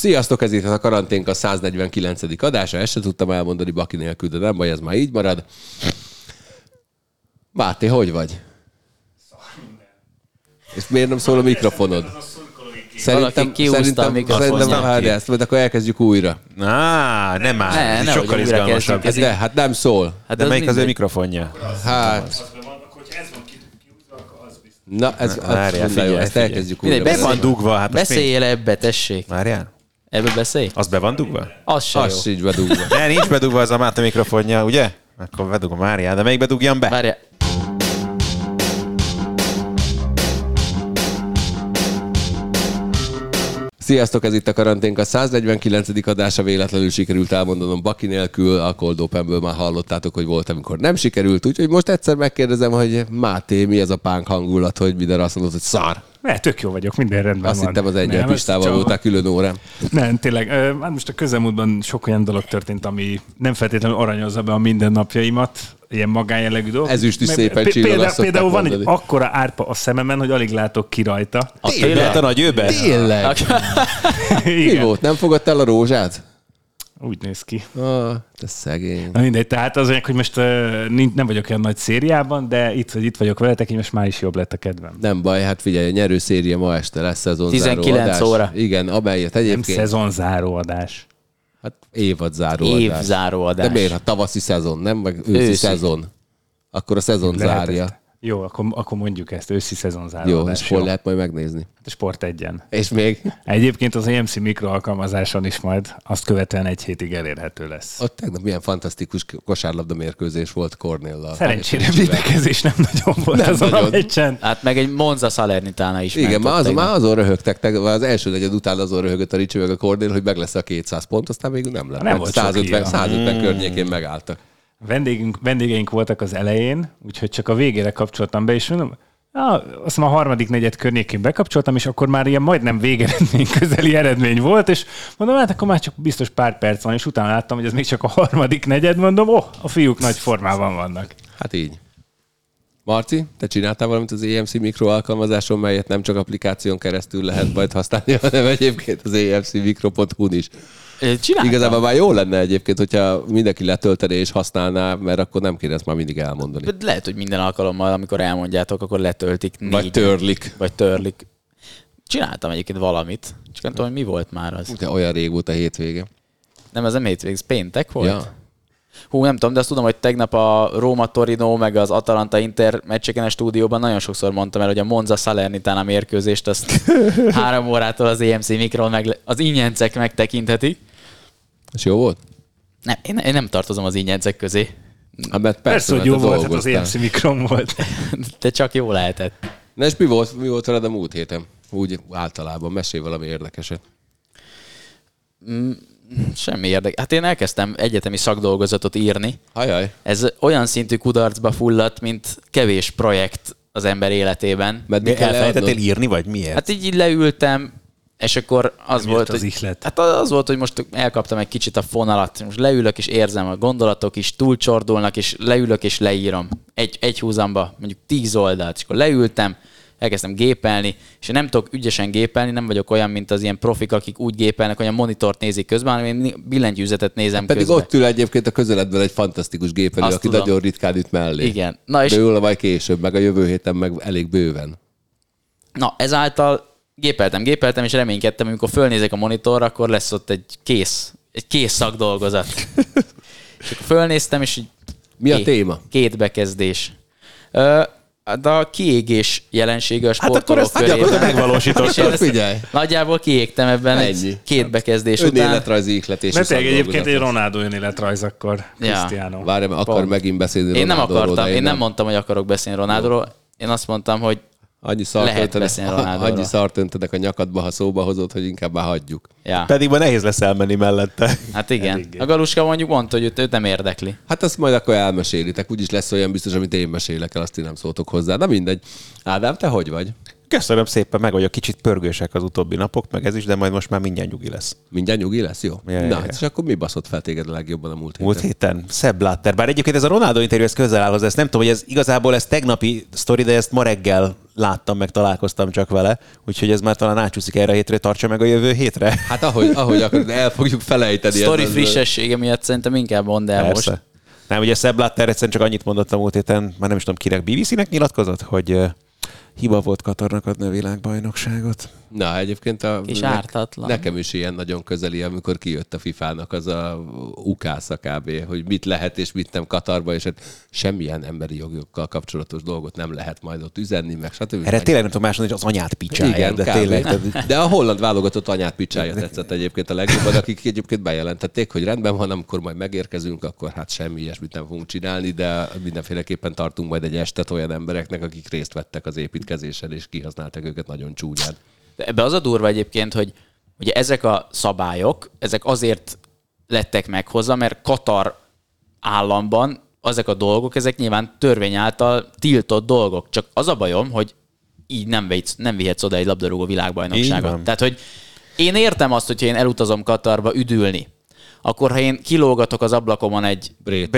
Sziasztok, ez itt a karanténk a 149. adása. Ezt se tudtam elmondani Baki nélkül, de nem baj, ez már így marad. Máté, hogy és miért nem szól a mikrofonod? Szerintem várj ezt, majd akkor elkezdjük újra. Nem már, ez sokkal izgalmasabb. De hát nem szól. Hát de melyik az ő mikrofonja? Hát... Na, ezt elkezdjük újra. Be van dugva. Hát beszéljél ebbe, tessék. Várjál? Ebbe beszélj? Az be van dugva? Az se jó. Az sincs bedugva. De nincs bedugva az a Máté mikrofonja, ugye? Akkor bedugom Márián, de melyik bedugjam be? Várjál. Sziasztok, ez itt a karanténk a 149. adása. Véletlenül sikerült elmondanom Baki nélkül, a Cold Openből már hallottátok, hogy volt, amikor nem sikerült, úgyhogy most egyszer megkérdezem, hogy Máté, mi ez a pánk hangulat, hogy minden azt mondod, hogy szar. Tök jó vagyok, minden rendben azt van. hittem az Egyel Pistával voltál külön órán. Nem, tényleg, hát most a közelmúltban sok olyan dolog történt, ami nem feltétlenül aranyozza be a mindennapjaimat, ilyen magánjellegű dolgok. Ezüst is szépen csillog, például van egy akkora árpa a szememen, hogy alig látok ki rajta. Tényleg? A nagy őbe? Tényleg? Mi volt? Nem fogadtál a rózsát? Úgy néz ki. Te szegény. Na mindegy, tehát az olyan, hogy most nem vagyok olyan nagy szériában, de itt vagyok veletek, így most már is jobb lett a kedvem. Nem baj, hát figyelj, a nyerő széria ma este lesz szezonzáró 19 adás. óra. Igen, amelyet egyébként... Nem szezonzáró adás. Hát évadzáró adás. Évzáró adás. De miért? Hát tavaszi szezon, nem? Meg őszi szezon. Akkor a szezon zárja. Jó, akkor mondjuk ezt, őszi szezonzáró jó, adás. és hol lehet majd megnézni? A Sport 1-en. És még? Egyébként az EMC Mikro alkalmazáson is majd azt követően egy hétig elérhető lesz. Ott tegnap milyen fantasztikus kosárlabda mérkőzés volt Kornéllal. Szerencsére védekezés nem nagyon volt nem azon nagyon. a meccsen. Hát meg egy Monza Salernitana is. Igen, már azon röhögtek, az első negyed után azon röhögött a Ricsi meg a Kornél, hogy meg lesz a 200 pont, aztán végül nem lett. Nem volt 150 környékén megálltak. Vendégeink voltak az elején, úgyhogy csak a végére kapcsoltam be, és mondom, azt a harmadik negyed környékén bekapcsoltam, és akkor már ilyen majdnem végeredmény közeli eredmény volt, és mondom, hát akkor már csak biztos pár perc van, és utána láttam, hogy ez még csak a harmadik negyed, mondom, a fiúk nagy formában vannak. Hát így. Marci, te csináltál valamit az EMC Mikro alkalmazáson, melyet nem csak applikáción keresztül lehet majd használni, hanem egyébként az emcmikro.hu-n is. Csináltam. Igazából már jó lenne egyébként, hogyha mindenki letöltené és használná, mert akkor nem kéne ezt már mindig elmondani. Lehet, hogy minden alkalommal, amikor elmondjátok, akkor letöltik. Vagy törlik. Csináltam egyébként valamit. Csak nem tudom, hogy mi volt már az. De olyan rég volt a hétvége. Nem, ez nem hétvége, ez péntek volt? Ja. Hú, nem tudom, de azt tudom, hogy tegnap a Róma-Torino meg az Atalanta-Inter meccseken a stúdióban nagyon sokszor mondtam el, hogy a Monza Salernitana mérkőzést azt 3 órától az EMC Mikron meg az ingyencek megtekinthetik. És jó volt? Nem, én nem tartozom az ingyencek közé. Hát, mert persze, hogy jó volt, hát az EMC Mikron volt. De csak jó lehetett. Na és mi volt veled a múlt héten? Úgy általában, mesélj valami érdekeset. Semmi érdekes. Hát én elkezdtem egyetemi szakdolgozatot írni. Ajaj. Ez olyan szintű kudarcba fulladt, mint kevés projekt az ember életében. Mert elfelejtettél írni, vagy miért? Hát így leültem, és akkor az volt, az ihlet. Hát az volt, hogy most elkaptam egy kicsit a fonalat. Most leülök, és érzem, a gondolatok is túlcsordulnak, és leülök, és leírom. Egy húzamba, mondjuk 10 oldalt. És akkor leültem, elkezdtem gépelni, és én nem tudok ügyesen gépelni, nem vagyok olyan, mint az ilyen profik, akik úgy gépelnek, hogy a monitort nézik közben, hanem én billentyűzetet nézem pedig közben. ott ül egyébként a közeledben egy fantasztikus gépelő, Azt aki tudom. nagyon ritkán üt mellé. Igen. Na, és de jól majd később, meg a jövő héten meg elég bőven. na, ezáltal gépeltem, és reménykedtem, amikor fölnézek a monitorra, akkor lesz ott egy kész szakdolgozat. És akkor fölnéztem, és így Mi a téma? 2 bekezdés. De a kiégés jelensége a sportolók körében. Hát akkor ezt megvalósítottad. Figyelj. Nagyjából kiégtem ebben Ennyi. egy 2 bekezdés után. Önéletrajzi ihletés. Mert egyébként egy Ronaldo önéletrajz akkor, Cristiano. Várj, mert akar megint beszélni Én nem Ronaldóról, akartam, de én nem mondtam, hogy akarok beszélni Ronaldóról. Én azt mondtam, hogy lehet beszélni Ronaldóról. annyi szart öntenek a nyakadba, ha szóba hozod, hogy inkább már hagyjuk. Ja. Pedig már nehéz lesz elmenni mellette. Hát igen. Eléggé. A Galuska mondjuk mondta, hogy őt nem érdekli. Hát azt majd akkor elmesélitek. Úgyis lesz olyan biztos, amit én mesélek el, azt ti nem szóltok hozzá. Na mindegy. Ádám, te hogy vagy? Köszönöm szépen, meg vagyok, kicsit pörgősek az utóbbi napok, meg ez is, de majd most már mindjárt nyugi lesz. Mindjárt nyugi lesz, jó? Ja. És akkor mi baszott fel téged a legjobban a múlt héten? Múlt héten Sepp Blatter. Bár egyébként ez a Ronaldo interjú, ez közel áll hozzá. Ezt nem tudom, hogy ez igazából ez tegnapi sztori, de ezt ma reggel láttam, meg találkoztam csak vele. Úgyhogy ez már talán átsúszik erre a hétre, tartsa meg a jövő hétre. Hát ahogy akkor el fogjuk felejteni. Sztori frissessége miatt szerintem inkább mondd el Persze. most. Nem, ugye Sepp Blatter egyszerűen csak annyit mondott a múlt héten, már nem is tudom kinek, BBC-nek nyilatkozott, hogy hiba volt Katarnak adni a világbajnokságot. Na, egyébként És ártatlan. Nekem is ilyen nagyon közeli, amikor kijött a FIFA-nak az a ukásza kb., hogy mit lehet és mit nem Katarba, és hát semmilyen emberi jogokkal kapcsolatos dolgot nem lehet majd ott üzenni, meg stb. Erre tényleg nem tudom más mondani, hogy az anyát picsája. Igen, de kb. tényleg. De a holland válogatott anyát picsája tetszett egyébként a legjobban, akik egyébként bejelentették, hogy rendben van, amikor majd megérkezünk, akkor hát semmi ilyesmit nem fogunk csinálni, de mindenféleképpen tartunk majd egy estet olyan embereknek, akik részt vettek az építkezésen, és kihasználták őket nagyon csúnyán. De ebbe az a durva egyébként, hogy ugye ezek a szabályok, ezek azért lettek meghozva, mert Katar államban ezek a dolgok, ezek nyilván törvény által tiltott dolgok. Csak az a bajom, hogy így nem vihetsz oda egy labdarúgó világbajnokságot. Tehát, hogy én értem azt, hogyha én elutazom Katarba üdülni, akkor ha én kilógatok az ablakomon egy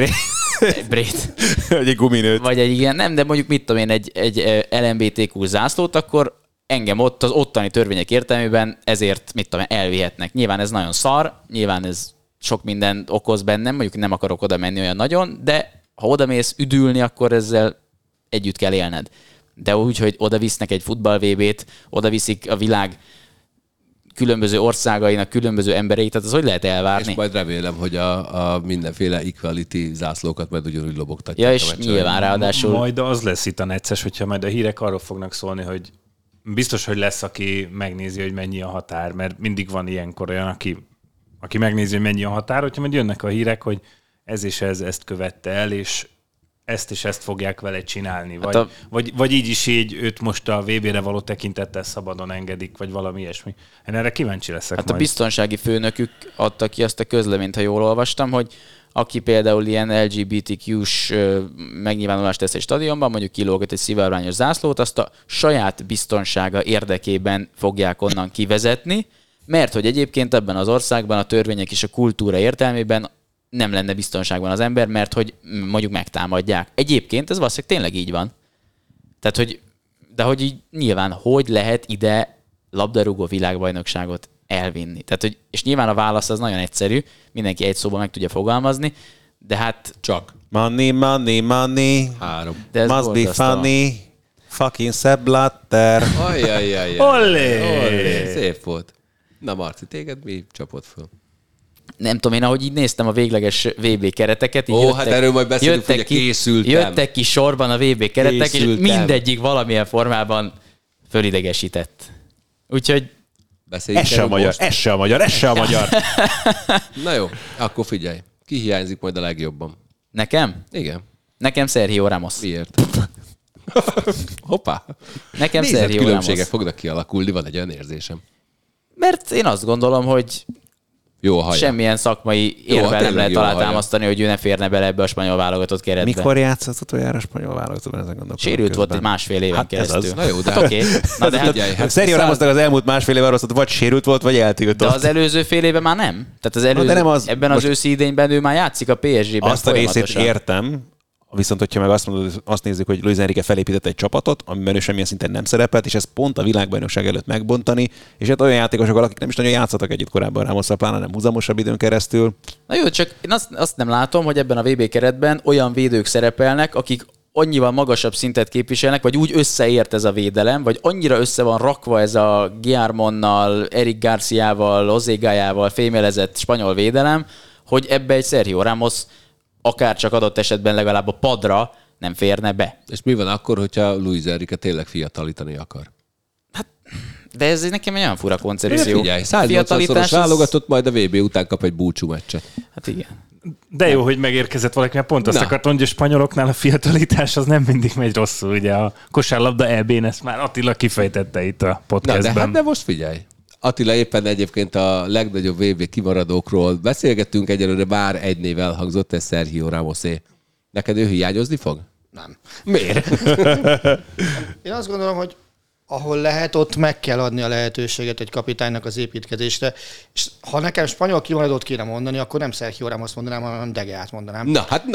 brét, egy guminőt. vagy egy ilyen, nem, de mondjuk mit tudom én, egy LMBTQ zászlót, akkor engem ott az ottani törvények értelmében ezért, mit tudom, elvihetnek. Nyilván ez nagyon szar, nyilván ez sok minden okoz bennem, mondjuk nem akarok oda menni olyan nagyon, de ha oda mész üdülni, akkor ezzel együtt kell élned. De úgy, hogy oda visznek egy futball VB-t, oda viszik a világ különböző országainak különböző embereit, tehát az hogy lehet elvárni? És majd remélem, hogy a mindenféle equality zászlókat majd ugyanúgy lobogtatják. Ja, és nyilván ráadásul... Majd az lesz itt a necces, hogyha majd a hírek arról fognak szólni, hogy biztos, hogy lesz, aki megnézi, hogy mennyi a határ, mert mindig van ilyenkor olyan, aki megnézi, hogy mennyi a határ, hogyha majd jönnek a hírek, hogy ez és ez ezt követte el, és ezt fogják vele csinálni. Vagy így is őt most a VB-re való tekintettel szabadon engedik, vagy valami ilyesmi. Én erre kíváncsi leszek Hát majd. a biztonsági főnökük adta ki azt a közleményt, ha jól olvastam, hogy aki például ilyen LGBTQ-s megnyilvánulást tesz egy stadionban, mondjuk kilógat egy szivárványos zászlót, azt a saját biztonsága érdekében fogják onnan kivezetni, mert hogy egyébként ebben az országban a törvények és a kultúra értelmében nem lenne biztonságban az ember, mert hogy mondjuk megtámadják. Egyébként ez valószínűleg tényleg így van. Tehát, hogy így nyilván hogy lehet ide labdarúgó világbajnokságot elvinni. Tehát, hogy, és nyilván a válasz az nagyon egyszerű, mindenki egy szóban meg tudja fogalmazni, de hát Csak. Money, money, money. 3. de ez Must be borzasztó. funny. Fucking Sepp Blatter. Ajjajjajjaj. Olé! Szép volt. Na Marci, téged mi csapott föl? Nem tudom, én ahogy így néztem a végleges VB kereteket, így Ó, hát erről majd beszélünk, ugye készültem. Jöttek ki sorban a VB keretek, Készültem. és mindegyik valamilyen formában fölidegesített. Úgyhogy Beszéljünk Ez se a erről magyar, most. ez se a magyar, ez se a magyar. Na jó, akkor figyelj. Ki hiányzik majd a legjobban? nekem? Igen. Nekem Sergio Ramos. Miért? Hoppá. Nekem Sergio Ramos. Különbségek fognak kialakulni, van egy olyan érzésem. Mert én azt gondolom, hogy Jó a haja. semmilyen szakmai Jó, érvel nem tényleg lehet jó a haja. alátámasztani, hogy ő ne férne bele ebbe a spanyol válogatott keretbe. Mikor játszott utoljára a spanyol válogatottban, ezen gondolkodom. Sérült volt egy közben. másfél éven Hát ez keresztül. az. Na jó, de hát oké. Na de, Figyelj, hát, hát Sergio száz- Ramosnak az elmúlt másfél évvel rosszat, vagy sérült volt, vagy eltiltott. de az előző fél évben már nem. Tehát az előző, de nem az- ebben az most- őszi idényben ő már játszik a PSG-ben Azt a részét folyamatosan. értem, viszont hogyha meg azt nézzük, hogy Luis Enrique felépített egy csapatot, amiben ő semmilyen szinten nem szerepelt, és ezt pont a világbajnokság előtt megbontani, és hát olyan játékosok, akik nem is nagyon játszottak együtt korábban Ramosszal, pláne nem húzamosabb időn keresztül. Na jó, csak én azt nem látom, hogy ebben a VB keretben olyan védők szerepelnek, akik annyival magasabb szintet képviselnek, vagy úgy összeért ez a védelem, vagy annyira össze van rakva ez a Guillermonnal, Eric Garciával, Ozegájával fémelezett spanyol védelem, hogy ebbe egy Sergio Ramos akár csak adott esetben legalább a padra nem férne be. És mi van akkor, hogyha Luis Enrique tényleg fiatalítani akar? De ez nekem egy olyan fura koncepció. Figyelj, 180-szoros Fiatalítás az- válogatott, majd a VB után kap egy búcsú meccset. Hát igen. De jó, hogy megérkezett valaki, mert pont azt Na. akartam, hogy a spanyoloknál a fiatalítás az nem mindig megy rosszul. Ugye a kosárlabda EB-n ezt már Attila kifejtette itt a Na, podcastben. de hát de most figyelj. Attila éppen egyébként a legnagyobb VB kimaradókról beszélgettünk, egyelőre bár egy név elhangzott, ez Sergio Ramosé. Neked ő hiányozni fog? Nem. Miért? Én azt gondolom, hogy ahol lehet, ott meg kell adni a lehetőséget egy kapitánynak az építkezésre. És ha nekem spanyol kimaradót kéne mondani, akkor nem Sergio Ramos mondanám, hanem De Geát mondanám.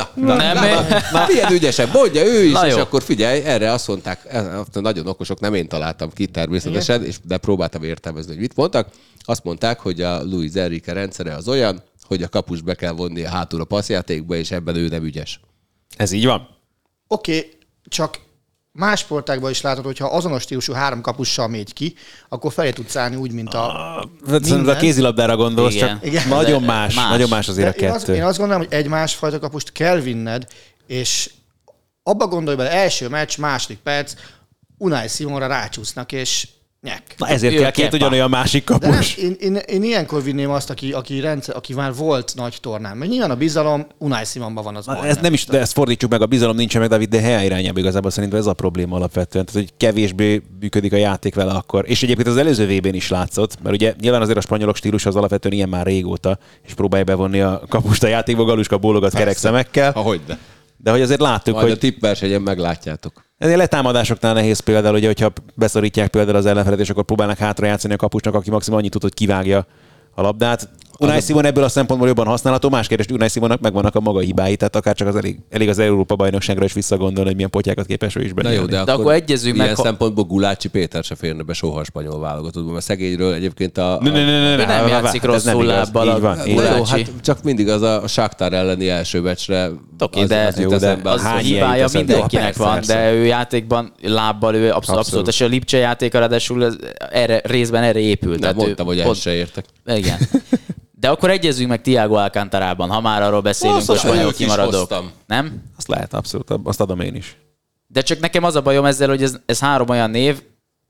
Milyen ügyesebb, mondja ő is, Na és jó. akkor figyelj, erre azt mondták, nagyon okosok, nem én találtam ki természetesen, de próbáltam értelmezni, hogy mit mondtak. Azt mondták, hogy a Luis Enrique rendszere az olyan, hogy a kapust be kell vonni a hátul a passzjátékba, és ebben ő nem ügyes. Ez így van. Oké, csak más sportákban is látod, hogyha azonos stílusú 3 kapussal megy ki, akkor felé tudsz állni úgy, mint a A kézilabdára gondolsz, Igen. csak Igen. nagyon más, nagyon más azért a Én kettő. azt gondolom, hogy egy másfajta kapust kell vinned, és abba gondolj bele, első meccs, második perc, Unai Simonra rácsúsznak, és nyek. Na ezért Ő kell a két Kepa. ugyanolyan másik De nem, kapus. én ilyenkor vinném azt, aki már volt nagy tornán. Mert nyilván a bizalom Unai Simonban van az baj. Ez nem is, de ezt fordítsuk meg, a bizalom nincsen meg David De Gea irányába igazából, szerintem ez a probléma alapvetően. Tehát, hogy kevésbé működik a játék vele akkor. És egyébként az előző VB-n is látszott, mert ugye nyilván azért a spanyolok stílus az alapvetően ilyen már régóta, és próbálja bevonni a kapust a játékba, Galuska bólogat kerek szemekkel. Ahogyne. De hogy azért láttuk, Majd hogy a tippversenyen meglátjátok. ezért letámadásoknál nehéz például, ugye, hogyha beszorítják például az ellenfelet, és akkor próbálnak hátra játszani a kapusnak, aki maximum annyit tud, hogy kivágja a labdát. Unai Simon ebből a szempontból jobban használható, más kérdés, Unai Simonnak megvannak a maga hibái, tehát akár csak az elég az Európa-bajnokságra is visszagondolni, hogy milyen potyákat képes ő is Na jó, belőni. de akkor egyezünk meg, ilyen ha- szempontból Gulácsi Péter se férne be soha a spanyol válogatottban, mert szegényről egyébként Ő nem játszik rosszul lábbal a Így van, így Na van. jó, Gulácsi. hát csak mindig az a Shakhtar elleni első meccsre. Oké, de az jut jó, de eszembe. az hány ilyen hibája jut eszembe? mindenkinek Persze, van, persze. de ő játékban lábbal ő abszolút. És a Lipcse játéka ráadásul részben erre épült. Nem Tehát ő mondtam, hogy el se értek. Igen. De akkor egyezünk meg Thiago Alcántarában, ha már arról beszélünk, Azt hogy az spanyol előtt is kimaradók. hoztam. Nem? Azt lehet, abszolút, azt adom én is. De csak nekem az a bajom ezzel, hogy ez 3 olyan név,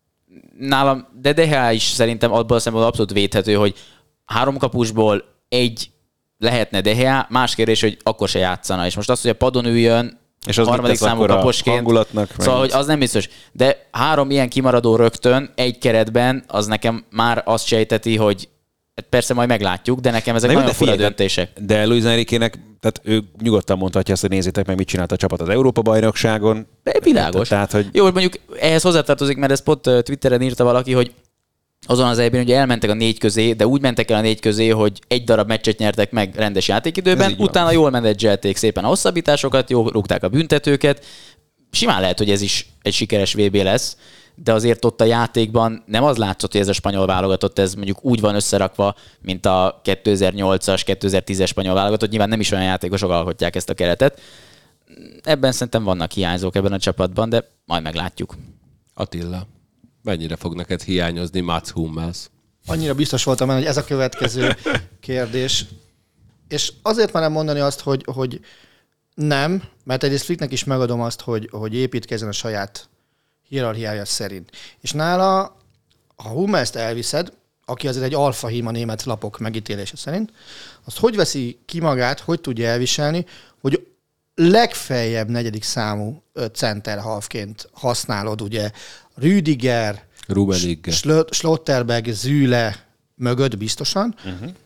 nálam, de De Gea is szerintem abban a szempontból abszolút védhető, hogy 3 kapusból 1 lehetne De Gea, más kérdés, hogy akkor se játszana. És most az, hogy a padon üljön, És az mit harmadik tesz számú akkor a kaposként, hangulatnak, meg szóval, hogy mit? az nem biztos. De 3 ilyen kimaradó rögtön egy keretben, az nekem már azt sejteti, hogy persze majd meglátjuk, de nekem ezek Na jó, nagyon de fura figyelj, döntések. De Luis Enriquének, tehát ő nyugodtan mondhatja azt, hogy nézzétek meg, mit csinált a csapat az Európa-bajnokságon. De világos. Tehát, hogy Jó, mondjuk ehhez hozzátartozik, mert ezt pont Twitteren írta valaki, hogy azon az EB-n ugye elmentek a 4 közé, de úgy mentek el a 4 közé, hogy egy darab meccset nyertek meg rendes Ez játékidőben, így van. utána jól menedzselték szépen a hosszabbításokat, jól rúgták a büntetőket. Simán lehet, hogy ez is egy sikeres VB lesz, de azért ott a játékban nem az látszott, hogy ez a spanyol válogatott, ez mondjuk úgy van összerakva, mint a 2008-as, 2010-es spanyol válogatott. Nyilván nem is olyan játékosok alkotják ezt a keretet. Ebben szerintem vannak hiányzók ebben a csapatban, de majd meglátjuk. Attila, mennyire fog neked hiányozni Mats Hummels? Annyira biztos voltam benne, hogy ez a következő kérdés. És azért már nem mondani azt, hogy nem, mert egyrészt Flicknek is megadom azt, hogy építkezzen a saját hierarchiája szerint. És nála, ha Hummelst elviszed, aki azért egy alfa hím a német lapok megítélése szerint, azt hogy veszi ki magát, hogy tudja elviselni, hogy legfeljebb 4. számú center halfként használod, ugye Rüdiger, Rummenigge. Schlotterberg, Züle mögött biztosan.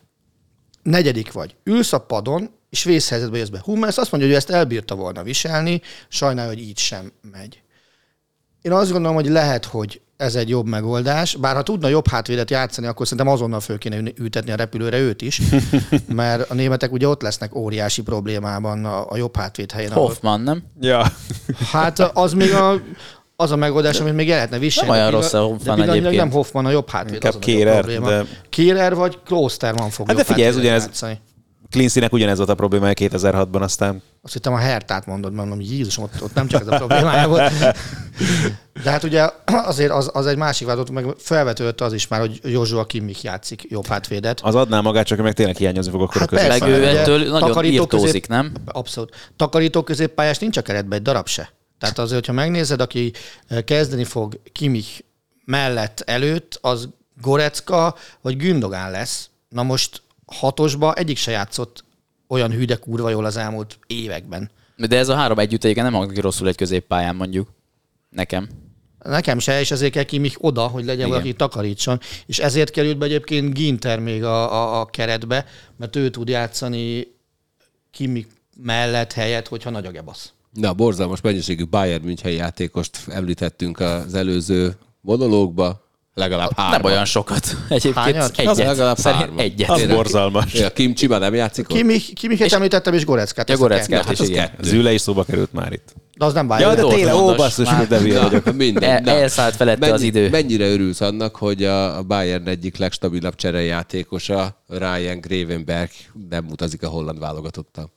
4. vagy. Ülsz a padon, és vészhelyzetbe jössz be. Hummels azt mondja, hogy ő ezt elbírta volna viselni, sajnálja, hogy így sem megy. Én azt gondolom, hogy lehet, hogy ez egy jobb megoldás, bár ha tudna jobb hátvédet játszani, akkor szerintem azonnal föl kéne ültetni a repülőre őt is, mert a németek ugye ott lesznek óriási problémában a jobb hátvéd helyen. ahol- Hoffman, nem? ja. Hát az még az a megoldás, amit még el lehetne viselni. Nem olyan De rossz a Hoffman de pillanatnyilag egyébként. nem Hoffman a jobb hátvéd. Inkább az a nagyobb Kehrer, probléma. de- Kehrer vagy Klosterman fog Hát de jobb figyelj, ez hátvédet ugyanez- játszani. Cleansinek ugyanez volt a problémája 2006-ban, aztán Azt hittem a Hertát mondod, mondom, Jézus, ott nem csak ez a problémája volt. De hát ugye azért az egy másik vállalat, meg felvetődött az is már, hogy Joshua Kimmich játszik jobb hátvédet. az adná magát, csak meg tényleg hiányozni fog akkor Hát a persze. Meg középpályán. ő ugye ettől nagyon takarító írtózik, nem? Abszolút. Takarító középpályás nincs a keretben egy darab se. Tehát azért, hogyha megnézed, aki kezdeni fog Kimmich mellett előtt, az Goretzka vagy Gündogan lesz. Na most 6-osba egyik se játszott olyan hű de kurva jól az elmúlt években. De ez a 3 együtt egyébként nem hangzik ki rosszul egy középpályán, mondjuk. Nekem. Nekem se, és ezért kell Kimmich oda, hogy legyen Igen. valaki takarítson. És ezért került be egyébként Ginter még a keretbe, mert ő tud játszani Kimmich mellett helyett, hogyha nagy a gebasz. Na, borzalmas mennyiségű Bayern München játékost említettünk az előző monológba, legalább 3. Nem olyan sokat. Egyébként Hányat? egyet. Legalább Szerint 3. egyet. Az borzalmas. A Kimcsiba nem játszik ott? Kimiket említettem, és Goreckát. Ja, ezt a Goreckát kettőt. is, igen. Züle is szóba került már itt. De az nem Ja, Bayern. de Dortmundos. tényleg, ó, basszus, Már- hogy de hülye vagyok. Minden. Elszállt felette az idő. Mennyire örülsz annak, hogy a Bayern egyik legstabilabb cserejátékosa, Ryan Gravenberch nem utazik a holland válogatottal?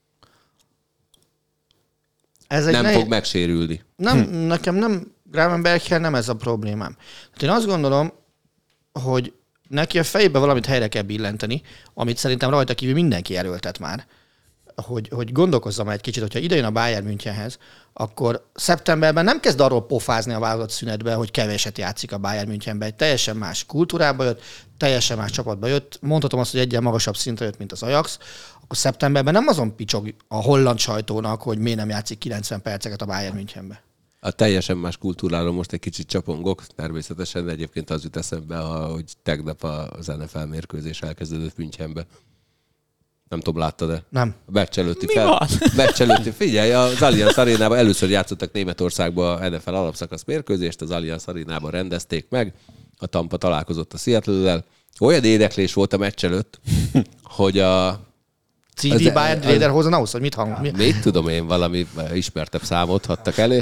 Ez egy Nem nehéz- fog megsérülni. Nekem nem, Gravenberchel nem ez a problémám. Hát én azt gondolom, hogy neki a fejébe valamit helyre kell billenteni, amit szerintem rajta kívül mindenki erőltet már. Hogy gondolkozzam egy kicsit, hogyha idejön a Bayern Münchenhez, akkor szeptemberben nem kezd arról pofázni a válogatott szünetben, hogy keveset játszik a Bayern Münchenben. Egy teljesen más kultúrába jött, teljesen más csapatba jött. Mondhatom azt, hogy egyen magasabb szintre jött, mint az Ajax. Akkor szeptemberben nem azon picsog a holland sajtónak, hogy miért nem játszik 90 perceket a Bayern Münchenbe. A teljesen más kultúráról most egy kicsit csapongok, természetesen egyébként az jut eszembe, hogy tegnap az NFL mérkőzés elkezdődött Münchenbe. Nem tudom, láttad-e? Nem. A meccs előtti, figyelj, az Allianz Arénában először játszottak Németországban a NFL alapszakasz mérkőzést, az Allianz Arénában rendezték meg, a Tampa találkozott a Seattle-lel. Olyan éneklés volt a meccs előtt, hogy a... CD Bayern Lederhosen ahhoz, hogy mit hang? Mit tudom én, valami ismertebb számot adtak elé.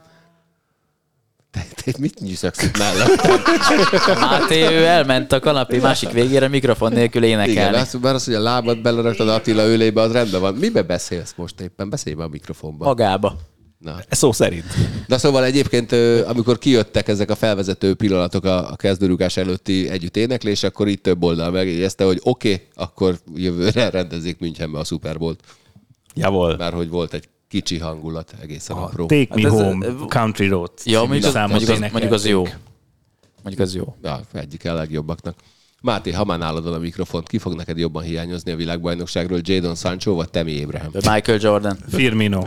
Te mit nyűszöksz itt mellettem? Máté, ő elment a kanapé másik végére mikrofon nélkül Igen, énekelni. mert az, hogy a lábad beleraktad Attila ölébe, az rendben van. Mibe beszélsz most éppen? Beszélj be a mikrofonba. Magába. Na. Szó szerint. De szóval egyébként, amikor kijöttek ezek a felvezető pillanatok a kezdőrúgás előtti együtt éneklés, akkor itt több oldal megjegyezte, hogy oké, akkor jövőre rendezzék Münchenbe a Super Bowl-t. Javol. Mert hogy volt egy kicsi hangulat, egészen apró. Take me Hát ez- home, Country Road. Ja, című számot mondjuk az jó. énekelték. Mondjuk az jó. Ja, egyik a legjobbaknak. Máté, ha már nálad van a mikrofont, ki fog neked jobban hiányozni a világbajnokságról, Jadon Sancho vagy Tammy Abraham? Michael Jordan. Firmino.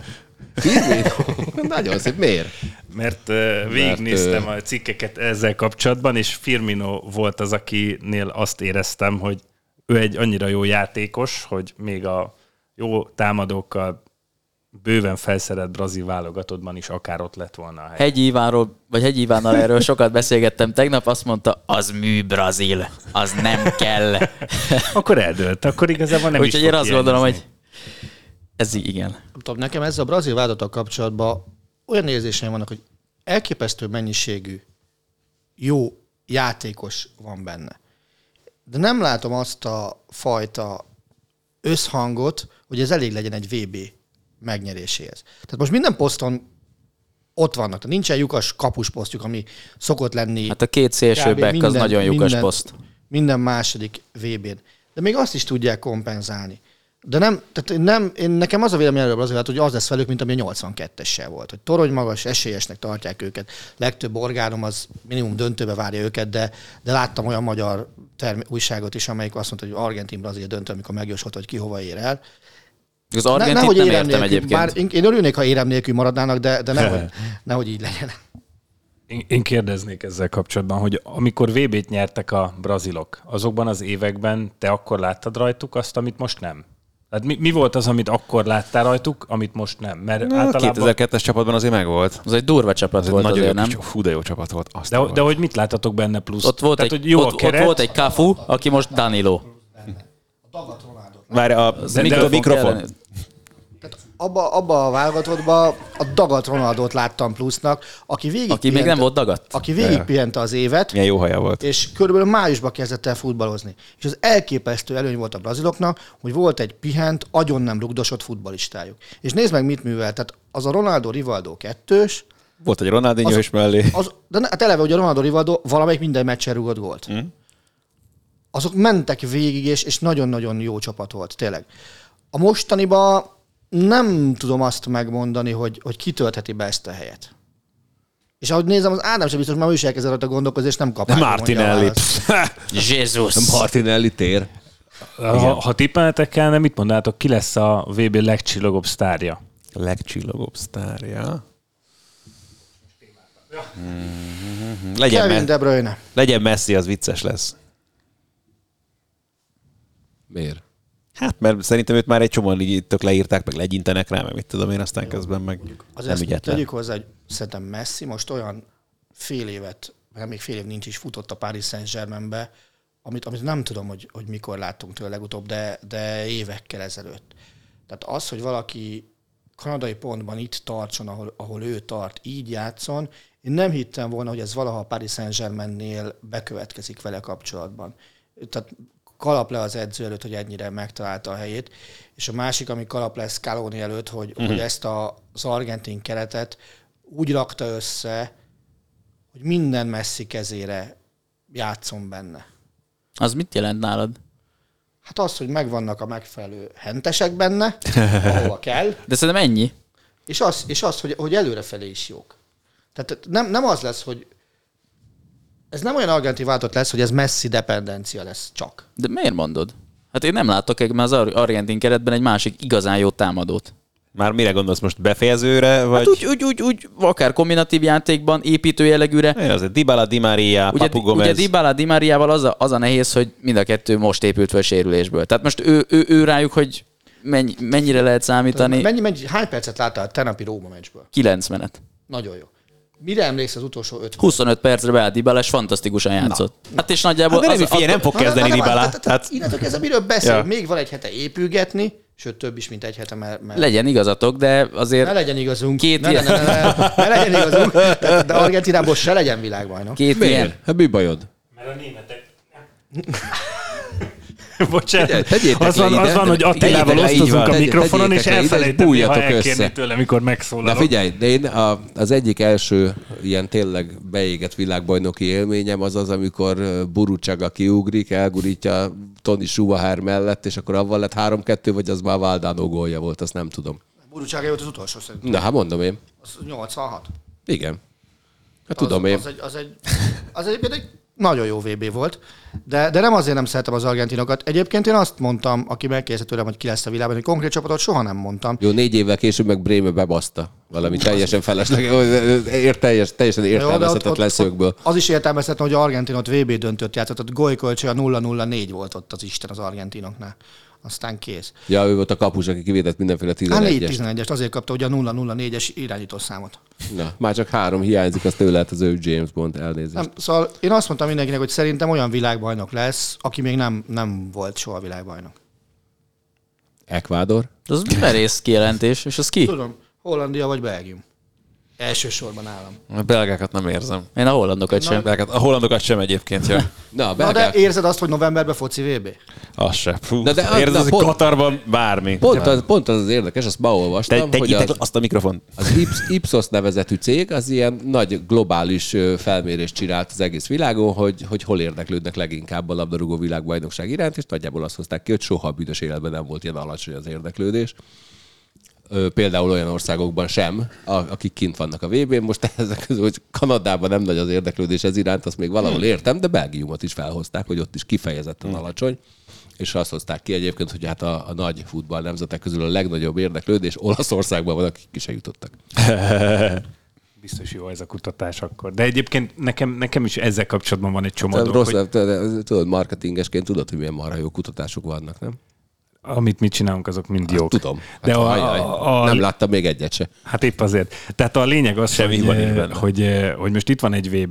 Nagyon szép. Miért? Mert végignéztem a cikkeket ezzel kapcsolatban, és Firmino volt az, akinél azt éreztem, hogy ő egy annyira jó játékos, hogy még a jó támadókkal bőven felszerelt brazil válogatottban is akár ott lett volna a hely. Hegyi Ivánnal erről sokat beszélgettem tegnap, azt mondta, az mű Brazil, az nem kell. Akkor eldőlt, akkor igazából nem is Úgyhogy fog én azt gondolom, hiányozni. hogy ez igen. Nem tudom, nekem ezzel a brazil vállalattal kapcsolatban olyan érzéseim vannak, hogy elképesztő mennyiségű jó játékos van benne. De nem látom azt a fajta összhangot, hogy ez elég legyen egy VB megnyeréséhez. Tehát most minden poszton ott vannak. Tehát nincsen lyukas kapusposztjuk, ami szokott lenni. Hát a két szélső kb. back az nagyon lyukas poszt. Minden második VB-n. De még azt is tudják kompenzálni. De nekem az a vélemény erről az, hogy az lesz velük, mint ami a 82-essel volt. Hogy torony magas, esélyesnek tartják őket. Legtöbb orgánum az minimum döntőbe várja őket, de láttam olyan magyar újságot is, amelyik azt mondta, hogy Argentin-Brazil döntő, amikor megjósolt, hogy ki hova ér el. Az Argentint nem értem egyébként. Bár én örülnék, ha érem nélkül maradnának, de nehogy így legyen. Én kérdeznék ezzel kapcsolatban, hogy amikor VB-t nyertek a brazilok, azokban az években te akkor láttad rajtuk azt, amit most nem? Tehát mi volt az, amit akkor láttál rajtuk, amit most nem? Mert általában... 2002-es csapatban azért megvolt. Az egy durva csapat Ez volt nagyon azért, jó, nem? Fú, de jó csapat volt. Azt De hogy mit láttatok benne plusz? Ott volt, Tehát, egy, hogy jó ott, a keret, ott volt egy Cafu, aki most Danilo. Várj, a mikrofon. kellene- Abba a válogatottban a dagat Ronaldot láttam plusznak, Aki még nem volt dagadt. Aki végigpihente az évet, Milyen jó haja volt. és körülbelül májusban kezdett el futballozni. És az elképesztő előny volt a braziloknak, hogy volt egy pihent, agyon nem rugdosott futballistájuk. És nézd meg, mit művelt. Tehát az a Ronaldo-Rivaldo kettős, Volt egy Ronaldinho is mellé. hát eleve, hogy a Ronaldo-Rivaldo valamelyik minden meccsen rugott gólt. Azok mentek végig, és nagyon-nagyon jó csapat volt, tényleg. A mostaniban nem tudom azt megmondani, hogy ki töltheti be ezt a helyet. És ahogy nézem, az Ádám sem biztos, mert ő is elkezdett rajta gondolkozni, és nem kap. De Martinelli. Jézus. Martinelli tér. ha tippelnetek kellene, mit mondanátok, ki lesz a VB legcsillogóbb sztárja? A legcsillogóbb sztárja. Kevin De Bruyne. Legyen Messi, az vicces lesz. Miért? Hát, mert szerintem őt már egy csomóan így tök leírták, meg legyintenek rá, meg mit tudom én, aztán közben meg Azért nem ügyetlen. tegyük hozzá, hogy szerintem Messi most olyan fél évet még fél év nincs is, futott a Paris Saint-Germainbe, amit nem tudom, hogy mikor láttunk tőle legutóbb, de évekkel ezelőtt. Tehát az, hogy valaki kanadai pontban itt tartson, ahol ő tart, így játszon, én nem hittem volna, hogy ez valaha a Paris Saint-Germainnél bekövetkezik vele kapcsolatban. Tehát kalap le az edző előtt, hogy ennyire megtalálta a helyét, és a másik, ami kalap lesz Scaloni előtt, hogy ezt az argentin keretet úgy rakta össze, hogy minden Messi kezére játszon benne. Az mit jelent nálad? Hát az, hogy megvannak a megfelelő hentesek benne, ahova kell. De szerintem ennyi. És az hogy előrefelé is jók. Tehát nem az lesz, hogy ez nem olyan argentin váltott lesz, hogy ez Messi dependencia lesz csak. De miért mondod? Hát én nem látok ebben az argentin keretben egy másik igazán jó támadót. Már mire gondolsz most, befejezőre? Vagy? Hát úgy akár kombinatív játékban, építő jellegűre. Az Dybala, Di Maria, Papu Gomez. Ugye Dybala, Di Mariával az a nehéz, hogy mind a kettő most épült fel sérülésből. Tehát most ő rájuk, hogy mennyire lehet számítani? Hány percet láttál a tenapi Róma meccsből? 9 menet. Nagyon jó. Mire emléksz az utolsó 5 25 percre beállt Dybala, és fantasztikusan játszott. Hát és nagyjából... Hát nem fog kezdeni Dybala. Innentől kezdve miről beszél? Még van egy hete épülgetni, sőt több is, mint egy hete, mert... Legyen igazatok, de azért... Ne legyen igazunk. Ne legyen igazunk, de Argentinából se legyen világbajnok. Két ilyen. Hát mi bajod? Mert a németek... Bocsánat, Tegyétek az le van, ide. hogy Attilával Tegyétek le, így osztozunk van. a mikrofonon, és Tegyétek le ide, elfelejtem néha bújjatok elkérni össze. tőle, mikor Na megszólalok. figyelj, de én az egyik első ilyen tényleg beégett világbajnoki élményem az, amikor Burruchaga kiugrik, elgurítja Toni Schumacher mellett, és akkor avval lett 3-2, vagy az már Valdano gólja volt, azt nem tudom. Burruchaga volt az utolsó szerintem. Na, hát mondom én. Az 86. Igen. Hát tudom én. Az egyébként egy nagyon jó VB volt, de nem azért nem szeretem az argentinokat. Egyébként én azt mondtam, aki megkérdezte tőlem, hogy ki lesz a világban, hogy konkrét csapatot soha nem mondtam. Jó, 4 évvel később meg Bremen bebaszta. Valami teljesen felesleges, teljesen értelmezhetetlen szögből. Az is értelmezhetetlen, hogy Argentinot VB döntött játszott, ott Goicoechea 0-0-4 volt ott az Isten az argentinoknál. Aztán kész. Ja, ő volt a kapus, aki kivédett mindenféle 11-est. 4-11-est, azért kapta ugye a 0-0-4-es irányítószámot. Na, már csak 3 hiányzik, azt ő lehet az ő James Bond, elnézést. Nem, szóval én azt mondtam mindenkinek, hogy szerintem olyan világbajnok lesz, aki még nem volt soha világbajnok. Ecuador? Az merész kijelentés, és az ki? Tudom, Hollandia vagy Belgium. Elsősorban állam. A belgákat nem érzem. Én a hollandokat sem. A hollandokat sem egyébként. Ja. Na, Na de érzed azt, hogy novemberben foci VB? Az se. Fú, de érzed, hogy pont- Katarban bármi. Pont az érdekes, azt ma olvastam, hogy Tegyétek azt a mikrofont. az Ipsos nevezetű cég az ilyen nagy globális felmérést csinált az egész világon, hogy hol érdeklődnek leginkább a labdarúgó világbajnokság iránt, és nagyjából azt hozták ki, hogy soha a büdös életben nem volt ilyen alacsony az érdeklődés. Például olyan országokban sem, akik kint vannak a VB-n. Most ezek közül, hogy Kanadában nem nagy az érdeklődés ez iránt, azt még valahol értem, de Belgiumot is felhozták, hogy ott is kifejezetten alacsony. És azt hozták ki egyébként, hogy hát a nagy futball nemzetek közül a legnagyobb érdeklődés Olaszországban van, akik ki se jutottak. Biztos jó ez a kutatás akkor. De egyébként nekem is ezzel kapcsolatban van egy csomó dolog, Rossz, hogy tudod, marketingesként tudod, hogy milyen marha jó kutatások vannak, nem? amit mi csinálunk, azok mind jók. Tudom. De Hát, nem láttam még egyet se. Hát épp azért. Tehát a lényeg az, hogy most itt van egy VB.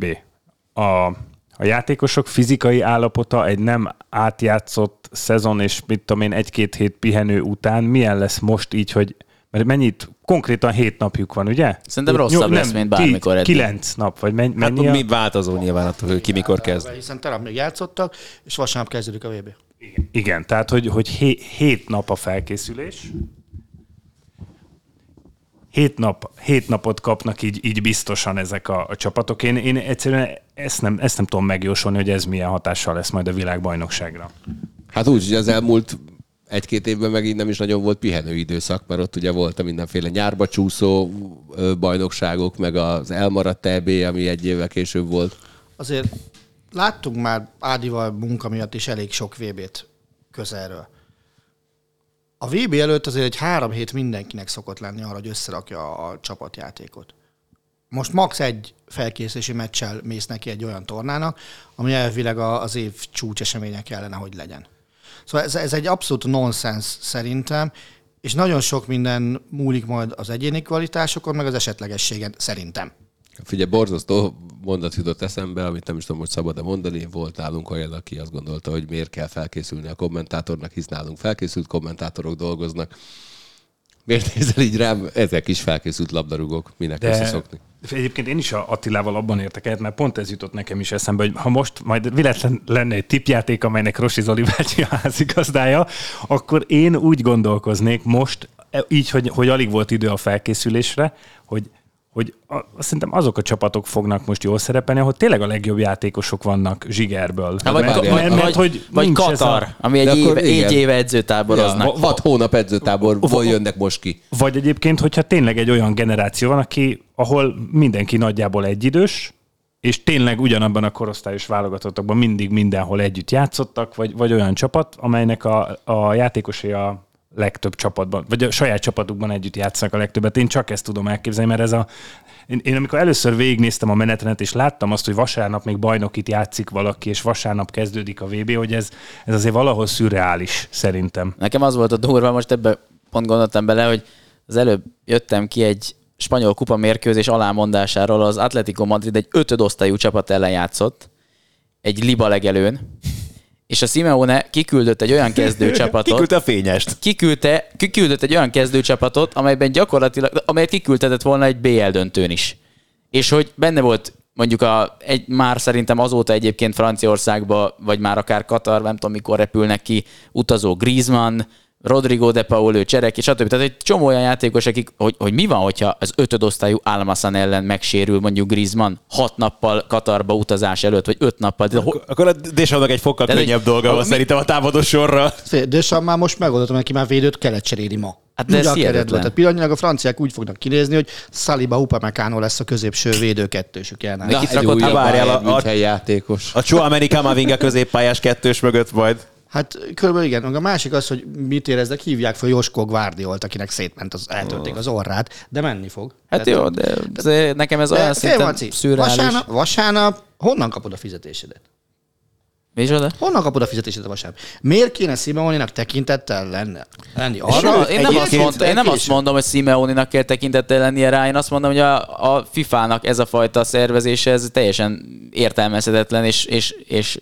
A játékosok fizikai állapota egy nem átjátszott szezon és mit tudom én, 1-2 hét pihenő után milyen lesz most így, hogy mert mennyit? Konkrétan 7 napjuk van, ugye? Szerintem rosszabb lesz, mint bármikor eddig. 9 nap, vagy mennyi Hát mi változó nyilván attól, hogy ki mikor kezd. Hiszen terap még játszottak, és vasárnap kezdődik a VB. Igen, tehát hogy 7 nap a felkészülés. 7 napot kapnak így biztosan ezek a csapatok. Én egyszerűen ezt nem tudom megjósolni, hogy ez milyen hatással lesz majd a világbajnokságra. Hát úgy, hogy az elmúlt 1-2 évben megint nem is nagyon volt pihenő időszak, mert ott ugye volt a mindenféle nyárba csúszó bajnokságok, meg az elmaradt EB, ami 1 évvel később volt. Azért láttunk már Ádival munka miatt is elég sok VB-t közelről. A VB előtt azért egy 3 hét mindenkinek szokott lenni arra, hogy összerakja a csapatjátékot. Most max. egy felkészülési meccsel mész neki egy olyan tornának, ami elvileg az év csúcseseménye kellene, hogy legyen. Szóval ez egy abszolút nonsens szerintem, és nagyon sok minden múlik majd az egyéni kvalitásokon, meg az esetlegességen szerintem. Figyelj, borzasztó mondat jutott eszembe, amit nem is tudom, hogy szabad-e mondani. Volt nálunk olyan, aki azt gondolta, hogy miért kell felkészülni a kommentátornak, hisz nálunk felkészült kommentátorok dolgoznak. Miért nézel így rám? Ezek is felkészült labdarúgók. Minek összeszokni? Egyébként én is a Attilával abban értek egyet, mert pont ez jutott nekem is eszembe, hogy ha most majd véletlen lenne egy tippjáték, amelynek Rossi Zoli bácsi a házigazdája, akkor én úgy gondolkoznék most, így, hogy alig volt idő a felkészülésre, hogy szerintem azok a csapatok fognak most jól szerepelni, ahol tényleg a legjobb játékosok vannak zsigerből. Vagy Katar, ami egy éve edzőtáboroznak. Ja, 6 hónap edzőtáborból jönnek most ki. Vagy egyébként, hogyha tényleg egy olyan generáció van, ahol mindenki nagyjából egyidős, és tényleg ugyanabban a korosztályos válogatottokban mindig mindenhol együtt játszottak, vagy olyan csapat, amelynek a játékosai a legtöbb csapatban, vagy a saját csapatukban együtt játszanak a legtöbbet. Én csak ezt tudom elképzelni, mert én amikor először végignéztem a menetrendet, és láttam azt, hogy vasárnap még bajnokit játszik valaki, és vasárnap kezdődik a VB, hogy ez azért valahol szürreális, szerintem. Nekem az volt a durva, most ebbe pont gondoltam bele, hogy az előbb jöttem ki egy spanyol kupa mérkőzés alámondásáról, az Atlético Madrid egy 5. osztályú csapat ellen játszott, egy liba legelőn, és a Simeone kiküldött egy olyan kezdőcsapatot. Kiküldte a fényest. Kiküldött egy olyan kezdőcsapatot, amelyet kiküldhetett volna egy BL döntőn is. És hogy benne volt mondjuk már szerintem azóta egyébként Franciaországba, vagy már akár Katar, nem tudom mikor repülnek ki, utazó Griezmann, Rodrigo de Paul, Cserek, és stb. Tehát egy csomó olyan játékos, akik, hogy mi van, hogyha az 5. osztályú Al-Massan ellen megsérül mondjuk Griezmann 6 nappal Katarba utazás előtt, vagy 5 nappal. Akkor a Deschamps-nak egy fokkal könnyebb dolga van szerintem a támadó sorra. Deschamps már most megoldottam, neki már védőt kellett cserélni ma. Hát de ez hihetetlen. Tehát pillanatnyilag a franciák úgy fognak kinézni, hogy Saliba Upamecano lesz a középső védő kettősük jelenleg. Egy újabb játékos. A Chouameni Camavinga középpályás kettős mögött majd. Hát körülbelül igen. A másik az, hogy mit éreznek, hívják fel Josko Guardiolt, akinek szétment, eltörték az orrát, de menni fog. Hát tehát, jó, de nekem ez olyan szinten szürreális. Vasárnap honnan kapod a fizetésedet? Micsoda? Honnan kapod a fizetésedet vasárnap? Miért kéne Simeone-nak tekintettel lenni arra? Én nem azt mondom, hogy Simeone-nak kell tekintettel lennie rá, én azt mondom, hogy a FIFA-nak ez a fajta szervezése, ez teljesen értelmezhetetlen, és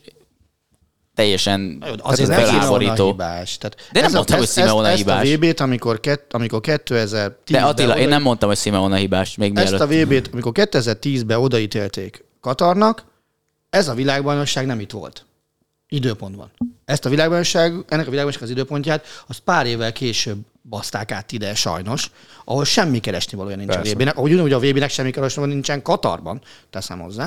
teljesen felháborító. De nem mondtam, hogy Simeone hibás. Ezt a VB-t, amikor 2010-ben... De Attila, én nem mondtam, hogy Simeone hibás. Még ezt a VB-t, amikor 2010-ben odaítélték Katarnak, ez a világbajnokság nem itt volt. Időpontban. Ennek a világbajnokság az időpontját, azt pár évvel később baszták át ide sajnos, ahol semmi keresni valója nincs. Persze. A VB-nek. Ahogy ugyanúgy a VB-nek semmi keresni valója nincsen Katarban, teszem hozzá.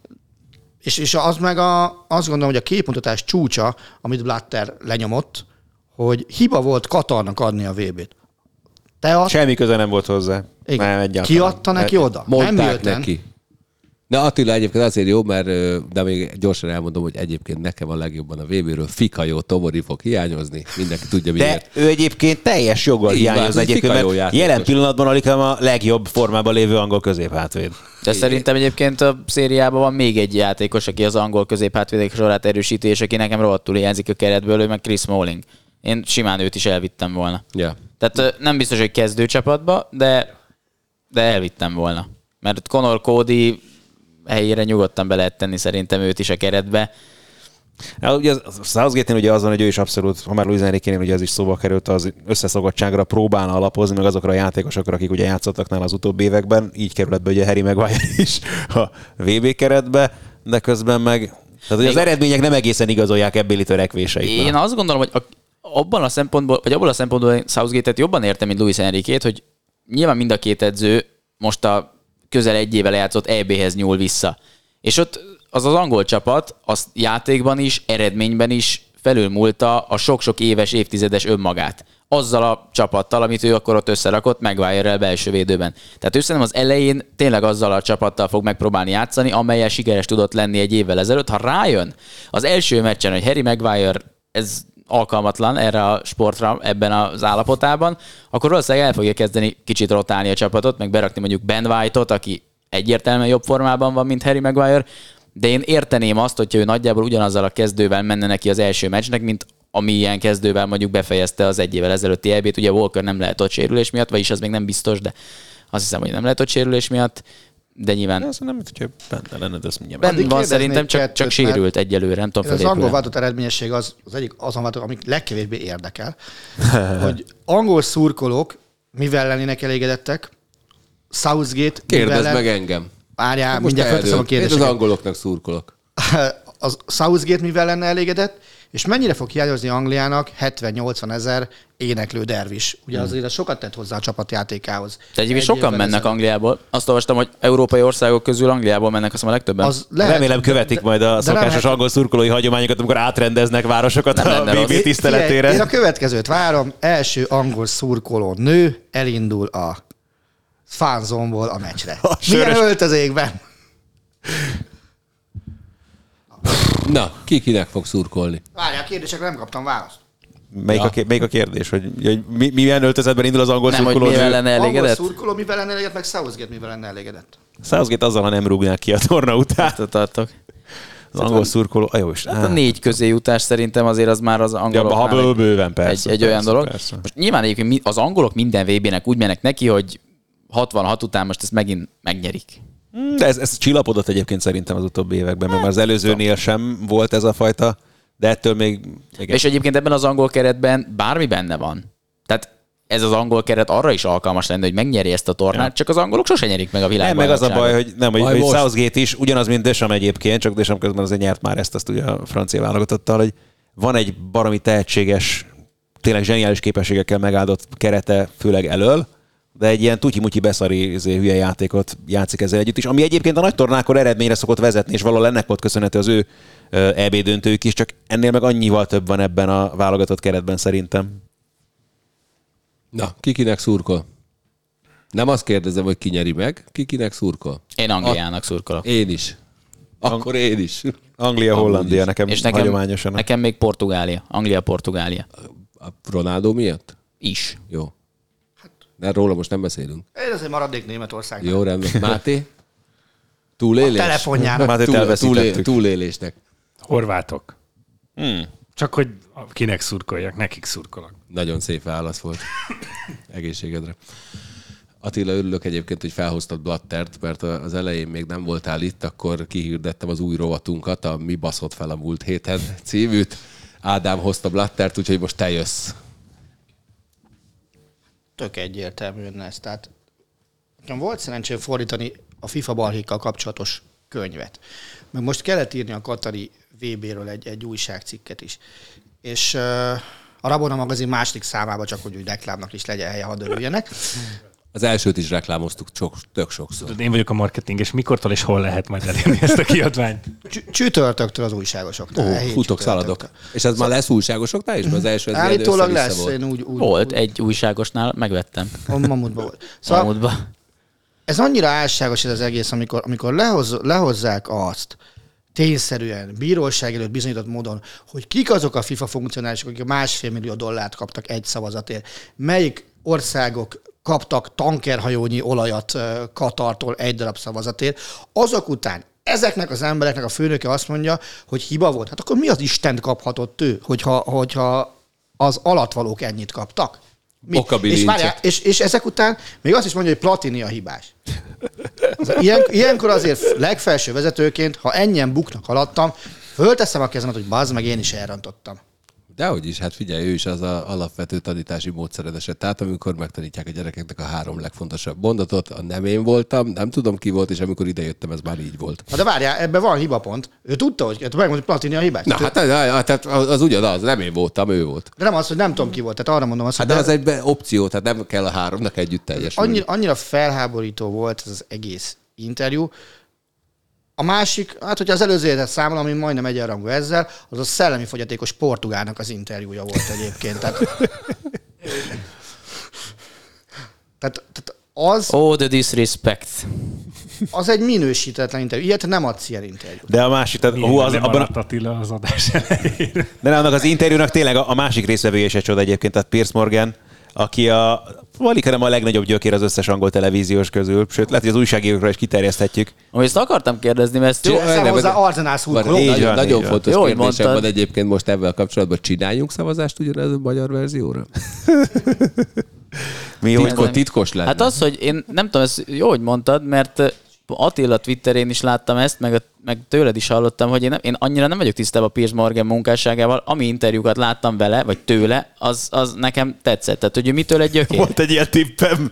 És az meg azt gondolom, hogy a képmutatás csúcsa, amit Blatter lenyomott, hogy hiba volt Katarnak adni a VB-t. Semmi köze nem volt hozzá. Ki adta neki oda? Mondták neki. De Attila egyébként azért jó, de még gyorsan elmondom, hogy egyébként nekem a legjobban a VB-ről Fikayo Tomori fog hiányozni. Mindenki tudja miért. De ő egyébként teljes joggal hiányozna egyébként, mert jelen pillanatban alig a legjobb formában lévő angol középhátvéd. De szerintem egyébként a szériában van még egy játékos, aki az angol középhátvédek sorát erősíti, és aki nekem rohadtul hiányzik a keretből, ő meg Chris Smalling. Én simán őt is elvittem volna. Yeah. Tehát nem biztos, hogy kezdőcsapatba, de elvittem volna. Mert Conor Cody helyére nyugodtan be lehet tenni szerintem őt is a keretbe. Ja, ugye a Southgate-nél ugye az van, hogy ő is abszolút, ha már Luis Enrique-nél ugye ez is szóba került, az összeszogottságra próbálna alapozni, meg azokra a játékosokra, akik ugye játszottak nála az utóbbi években. Így került be ugye Harry Maguire is a VB keretbe, de közben meg... Tehát, az eredmények nem egészen igazolják ebbéli törekvéseit. Én azt gondolom, hogy abban a szempontból Southgate-et jobban értem, mint Luis Enrique-t, hogy nyilván mind a két edző most a közel egy éve lejátszott EB-hez nyúl vissza. És ott az angol csapat, az játékban is, eredményben is felülmúlta a sok-sok éves, évtizedes önmagát. Azzal a csapattal, amit ő akkor ott összerakott Maguire-rel belső védőben. Tehát ő szerintem az elején tényleg azzal a csapattal fog megpróbálni játszani, amellyel sikeres tudott lenni egy évvel ezelőtt. Ha rájön az első meccsen, hogy Harry Maguire ez alkalmatlan erre a sportra ebben az állapotában, akkor valószínűleg el fogja kezdeni kicsit rotálni a csapatot, meg berakni mondjuk Ben White-ot, aki egyértelműen jobb formában van, mint Harry Maguire, de én érteném azt, hogyha ő nagyjából ugyanazzal a kezdővel menne neki az első meccsnek, mint amilyen kezdővel mondjuk befejezte az egy évvel ezelőtti EB-t. Ugye Walker nem lehet ott sérülés miatt, vagyis az még nem biztos, de azt hiszem, hogy nem lehet ott sérülés miatt. de nyilván Azt nem, hogyha benne lenne, de azt mindjárt. benne Addig van, kérdeznék szerintem csak kettőt, sérült egyelőre, nem tudom Az angol felépülni. váltott eredményesség az egyik azon váltott, amik legkevésbé érdekel, hogy angol szurkolók mivel lennének elégedettek, Southgate Kérdezd mivel meg engem. Várjál, Most mindjárt felteszem a eldől. Én az kérdéseket. angoloknak szurkolok. Az Southgate mivel lenne elégedett, és mennyire fog hiányozni Angliának 70-80 ezer éneklő dervis. Ugye azért ez sokat tett hozzá a csapatjátékához. De egyébként Egy sokan évvel mennek ezelőtt. Angliából. Azt olvastam, hogy európai országok közül Angliából mennek, azt hiszem a legtöbben. Az lehet, Remélem követik majd a de szokásos nem- angol szurkolói hagyományokat, amikor átrendeznek városokat Nem a lenne rossz. BB tiszteletére. Én a következőt várom. Első angol szurkoló nő elindul a fanzomból a meccsre. A Milyen sörös- öltözékben? Na, kinek fog szurkolni? Várjál, a kérdésekre nem kaptam választ. Melyik a kérdés? Hogy milyen öltözetben indul az angol Nem, hogy szurkoló? mivel lenne Angol elégedett? szurkoló mivel lenne elégedett, meg Southgate mivel lenne elégedett. Southgate azzal, ha nem rúgnák ki a torna után. Ezt tartok. Az angol szurkoló, jó is. Hát a 4 közé jutás szerintem azért az már az angoloknál Ja, bőven, persze. egy olyan persze, dolog. persze. Most nyilván egyébként az angolok minden VB-nek úgy mennek neki, hogy 66 után most ezt megint megnyerik. De ez csillapodott egyébként szerintem az utóbbi években, mert már az előzőnél sem volt ez a fajta, de ettől még... Igen. És egyébként ebben az angol keretben bármi benne van. Tehát ez az angol keret arra is alkalmas lenne, hogy megnyeri ezt a tornát, csak az angolok sose nyerik meg a Nem, világban. meg az a baj, hogy, nem, Majd hogy most. Southgate is ugyanaz, mint Deschamps egyébként, csak Deschamps közben azért nyert már ezt ugye a francia válogatottal, hogy van egy baromi tehetséges, tényleg zseniális képességekkel megáldott kerete, főleg elől, de egy ilyen tutyi-mutyi beszari hülye játékot játszik ezzel együtt is, ami egyébként a nagy tornákon eredményre szokott vezetni, és valahol ennek volt köszönhető az ő EB döntőjük is, csak ennél meg annyival több van ebben a válogatott keretben szerintem. Na, kinek szurkol? Nem azt kérdezem, hogy ki nyeri meg, kinek szurkol? Én Angliának szurkolok. Én is. Akkor én is. Anglia, Hollandia nekem És nekem, hagyományosan. nekem még Portugália. Anglia-Portugália. A Ronaldo miatt? Is. Jó. De róla most nem beszélünk. Én azért maradnék Németországban. Jó, rendben. Máté? Túlélés? A telefonjának. Már elveszítettük. Túlélésnek. Horvátok. Csak hogy kinek szurkoljak, nekik szurkolok. Nagyon szép válasz volt. Egészségedre. Attila, örülök egyébként, hogy felhoztad Blattert, mert az elején még nem voltál itt, akkor kihirdettem az új rovatunkat, a Mi baszott fel a múlt héten címűt. Ádám hozta Blattert, úgyhogy most te jössz. Tök egyértelműen ez. Tehát nekem volt szerencsém fordítani a FIFA balhékkal kapcsolatos könyvet. Meg most kellett írni a katari VB-ről egy újságcikket is. És a Rabona magazin második számába csak, hogy úgy reklámnak is legyen helye, hadd örüljenek. Az elsőt is reklámoztuk tök sokszor. Én vagyok a marketing, és mikortól és hol lehet majd elérni ezt a kiadványt? Csütörtöktől az újságosoknál. Ó, hét futok, csütörtöktől. szaladok. És ez már lesz újságosoknál is? Mert az első ez Állítólag össze-vissza lesz. volt. Én úgy Volt egy újságosnál, megvettem. A Mamutban volt. Szóval Mamutba. ez annyira álságos ez az egész, amikor lehozzák azt, tényszerűen, bíróság előtt bizonyított módon, hogy kik azok a FIFA funkcionálisok, akik $1,5 millió kaptak egy szavazatért. Melyik országok kaptak tankerhajónyi olajat Katartól egy darab szavazatért. Azok után ezeknek az embereknek a főnöke azt mondja, hogy hiba volt. Hát akkor mi az Istent kaphatott ő, hogyha az alattvalók ennyit kaptak? Mi? És ezek után még azt is mondja, hogy Platini a hibás. Ilyenkor azért legfelső vezetőként, ha ennyien buknak alattam, fölteszem a kezemet, hogy bazd meg, én is elrontottam. Dehogy is, hát figyelj, ő is az a alapvető tanítási módszered esett át, amikor megtanítják a gyerekeknek a 3 legfontosabb mondatot, a nem én voltam, nem tudom ki volt, és amikor idejöttem, ez már így volt. Na de várjál, ebben van hibapont. Ő tudta, hogy megmondta, hogy Platini a hibás. Na hát az ugyanaz, nem én voltam, ő volt. De nem az, hogy nem tudom ki volt, tehát arra mondom azt, Hát hogy de az egy opció, tehát nem kell a 3-nak együtt teljesülni. annyira felháborító volt ez az egész interjú. A másik, hát hogyha az előző évet számolom, ami majdnem egyenrangú ezzel, az a szellemi fogyatékos portugálnak az interjúja volt egyébként. Tehát az, The disrespect. az egy minősítetlen interjú. Ilyet nem adsz ilyen interjút. De a másik, tehát Nem maradt Attila az adás elején. de annak az interjúnak tényleg a másik részvevője is egy csoda egyébként, tehát Piers Morgan, aki hanem a legnagyobb gyökér az összes angol televíziós közül, sőt, lehet, hogy az újságírókra is kiterjeszthetjük. Ezt akartam kérdezni, mert ezt Jó, hozzá Arsenal szurkoló. Így van, Nagyon így van. fontos Jó, hogy kérdésem mondtad. van egyébként most ebben kapcsolatban. Csináljunk szavazást ugyanez a magyar verzióra? Mi, hogy Titkos lenne. Hát az, hogy én nem tudom, ez jó, hogy mondtad, mert Attila Twitterén is láttam ezt, meg tőled is hallottam, hogy én annyira nem vagyok tisztában Piers Morgan munkásságával, ami interjúkat láttam vele, vagy tőle, az nekem tetszett. Tehát, hogy mitől egy gyökér? Volt egy ilyen tippem.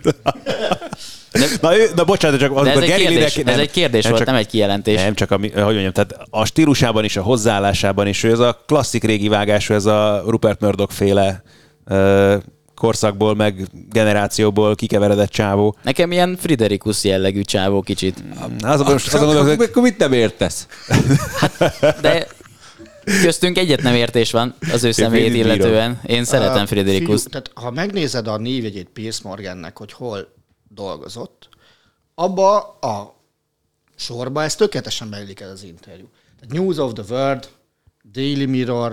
Na bocsánat, csak ez egy kérdés volt, nem egy kijelentés. Nem, csak hogy mondjam, tehát a stílusában is, a hozzáállásában is, ő ez a klasszik régi vágású, ez a Rupert Murdoch féle korszakból, meg generációból kikeveredett csávó. Nekem ilyen Friderikus jellegű csávó kicsit. Akkor mit nem értesz? De köztünk egyet nem értés van az ő személyét illetően. Én szeretem Friderikuszt. Tehát ha megnézed a névjegyét Piers Morgannek, hogy hol dolgozott, abba a sorba ez tökéletesen beillik ez az interjú. Tehát News of the World, Daily Mirror,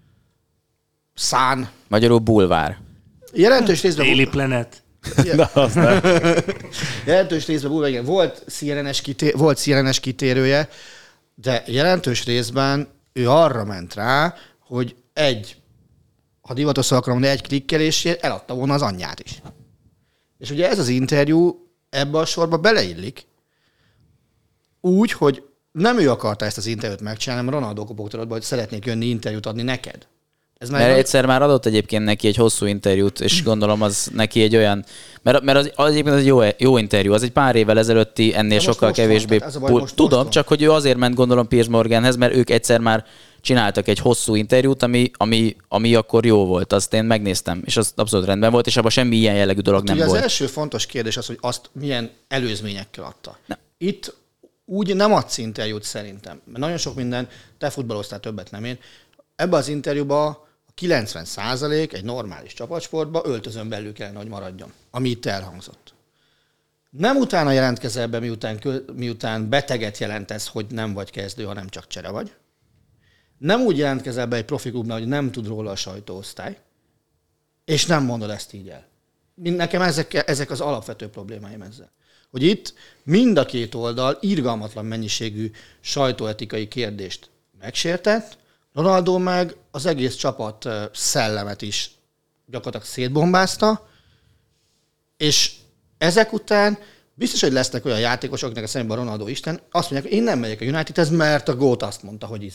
Sun. Magyarul bulvár. Jelentős részben... Daily Planet. Na, az nem. Jelentős részben bulvár, volt CNN-es kitérője, de jelentős részben ő arra ment rá, hogy ha divatos akarom, de egy klikkelésért eladta volna az anyját is. És ugye ez az interjú ebbe a sorba beleillik, úgy, hogy nem ő akarta ezt az interjút megcsinálni, mert Ronaldo kopogtatott be, hogy szeretnék jönni interjút adni neked. Mert egyszer már adott egyébként neki egy hosszú interjút, és gondolom az neki egy olyan... Mert az egyébként egy jó interjú, az egy pár évvel ezelőtti, ennél sokkal kevésbé... Tudom, csak hogy ő azért ment gondolom Piers Morganhez, mert ők egyszer már csináltak egy hosszú interjút, ami akkor jó volt. Azt én megnéztem, és az abszolút rendben volt, és abban semmi ilyen jellegű dolog nem volt. Az első fontos kérdés az, hogy azt milyen előzményekkel adta. Itt úgy nem adsz interjút szerintem, mert nagyon sok minden, te futballoztál többet, nem én. Ebben az interjúban a 90% egy normális csapatsportban öltözön belül kellene, hogy maradjon, ami itt elhangzott. Nem utána jelentkezel be, miután beteget jelentesz, hogy nem vagy kezdő, hanem csak csere vagy. Nem úgy jelentkezel be egy profi klubnál, hogy nem tud róla a sajtóosztály, és nem mondod ezt így el. Nekem ezek az alapvető problémáim ezzel. Hogy itt mind a két oldal irgalmatlan mennyiségű sajtóetikai kérdést megsértett, Ronaldo meg az egész csapat szellemet is gyakorlatilag szétbombázta, és ezek után biztos, hogy lesznek olyan játékosok, akiknek a szemben Ronaldo Isten, azt mondják, hogy én nem megyek a Unitedhez, mert a GOAT azt mondta, hogy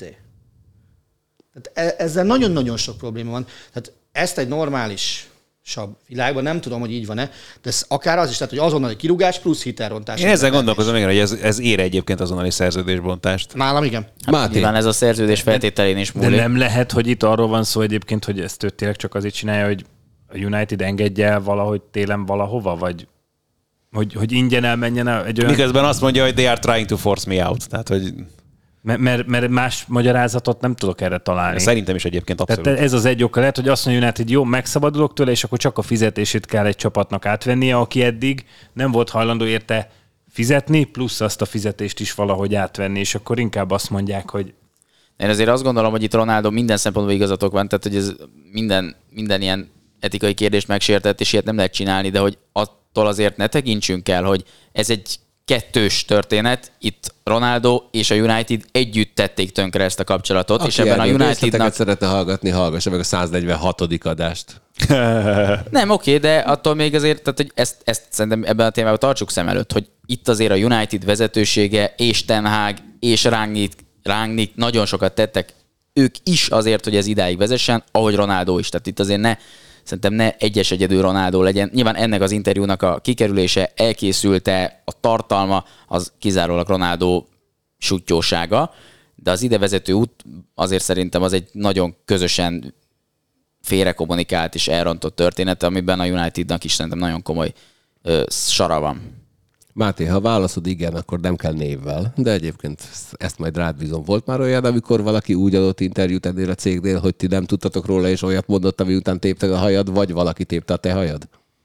Tehát ezzel nagyon-nagyon sok probléma van. Tehát ezt egy normálisabb világban, nem tudom, hogy így van-e, de ez akár az is, tehát, hogy azonnali kirúgás plusz hitelrontás. Én ezzel gondolkozom, hogy ez ér egyébként azonnali szerződésbontást. Nálam igen. Nyilván ez a szerződés feltételén is múlik. De nem lehet, hogy itt arról van szó egyébként, hogy ezt ő tényleg csak azért csinálja, hogy a United engedje el valahogy télen valahova, vagy hogy ingyen elmenjen egy olyan... Miközben azt mondja, hogy they are trying to force me out. Tehát, hogy... Mert más magyarázatot nem tudok erre találni. Szerintem is egyébként abszolút. Tehát ez az egy oka lehet, hogy azt mondja, hogy jó, megszabadulok tőle, és akkor csak a fizetését kell egy csapatnak átvennie, aki eddig nem volt hajlandó érte fizetni, plusz azt a fizetést is valahogy átvenni, és akkor inkább azt mondják, hogy... Én azért azt gondolom, hogy itt Ronaldo minden szempontból igazatok van, tehát hogy ez minden ilyen etikai kérdést megsértett, és ilyet nem lehet csinálni, de hogy attól azért ne tekintsünk el, hogy ez egy kettős történet, itt Ronaldo és a United együtt tették tönkre ezt a kapcsolatot, és ebben a Unitednak... szeretne hallgatni, hallgassa meg a 146. adást. Nem, oké, de attól még azért, tehát, hogy ezt szerintem ebben a témában tartsuk szem előtt, hogy itt azért a United vezetősége és Ten Hag és Rangnick nagyon sokat tettek, ők is azért, hogy ez idáig vezessen, ahogy Ronaldo is. Tehát itt azért szerintem ne egyes egyedül Ronaldo legyen. Nyilván ennek az interjúnak a kikerülése, elkészülte, a tartalma, az kizárólag Ronaldo suttyósága, de az idevezető út azért szerintem az egy nagyon közösen félrekommunikált és elrontott történet, amiben a Unitednak is szerintem nagyon komoly sara van. Máté, ha válaszod igen, akkor nem kell névvel, de egyébként ezt majd rád bízom. Volt már olyan, amikor valaki úgy adott interjút ennél a cégnél, hogy ti nem tudtatok róla, és olyat mondott, ami után tépte a hajad, vagy valaki tépte a te hajad?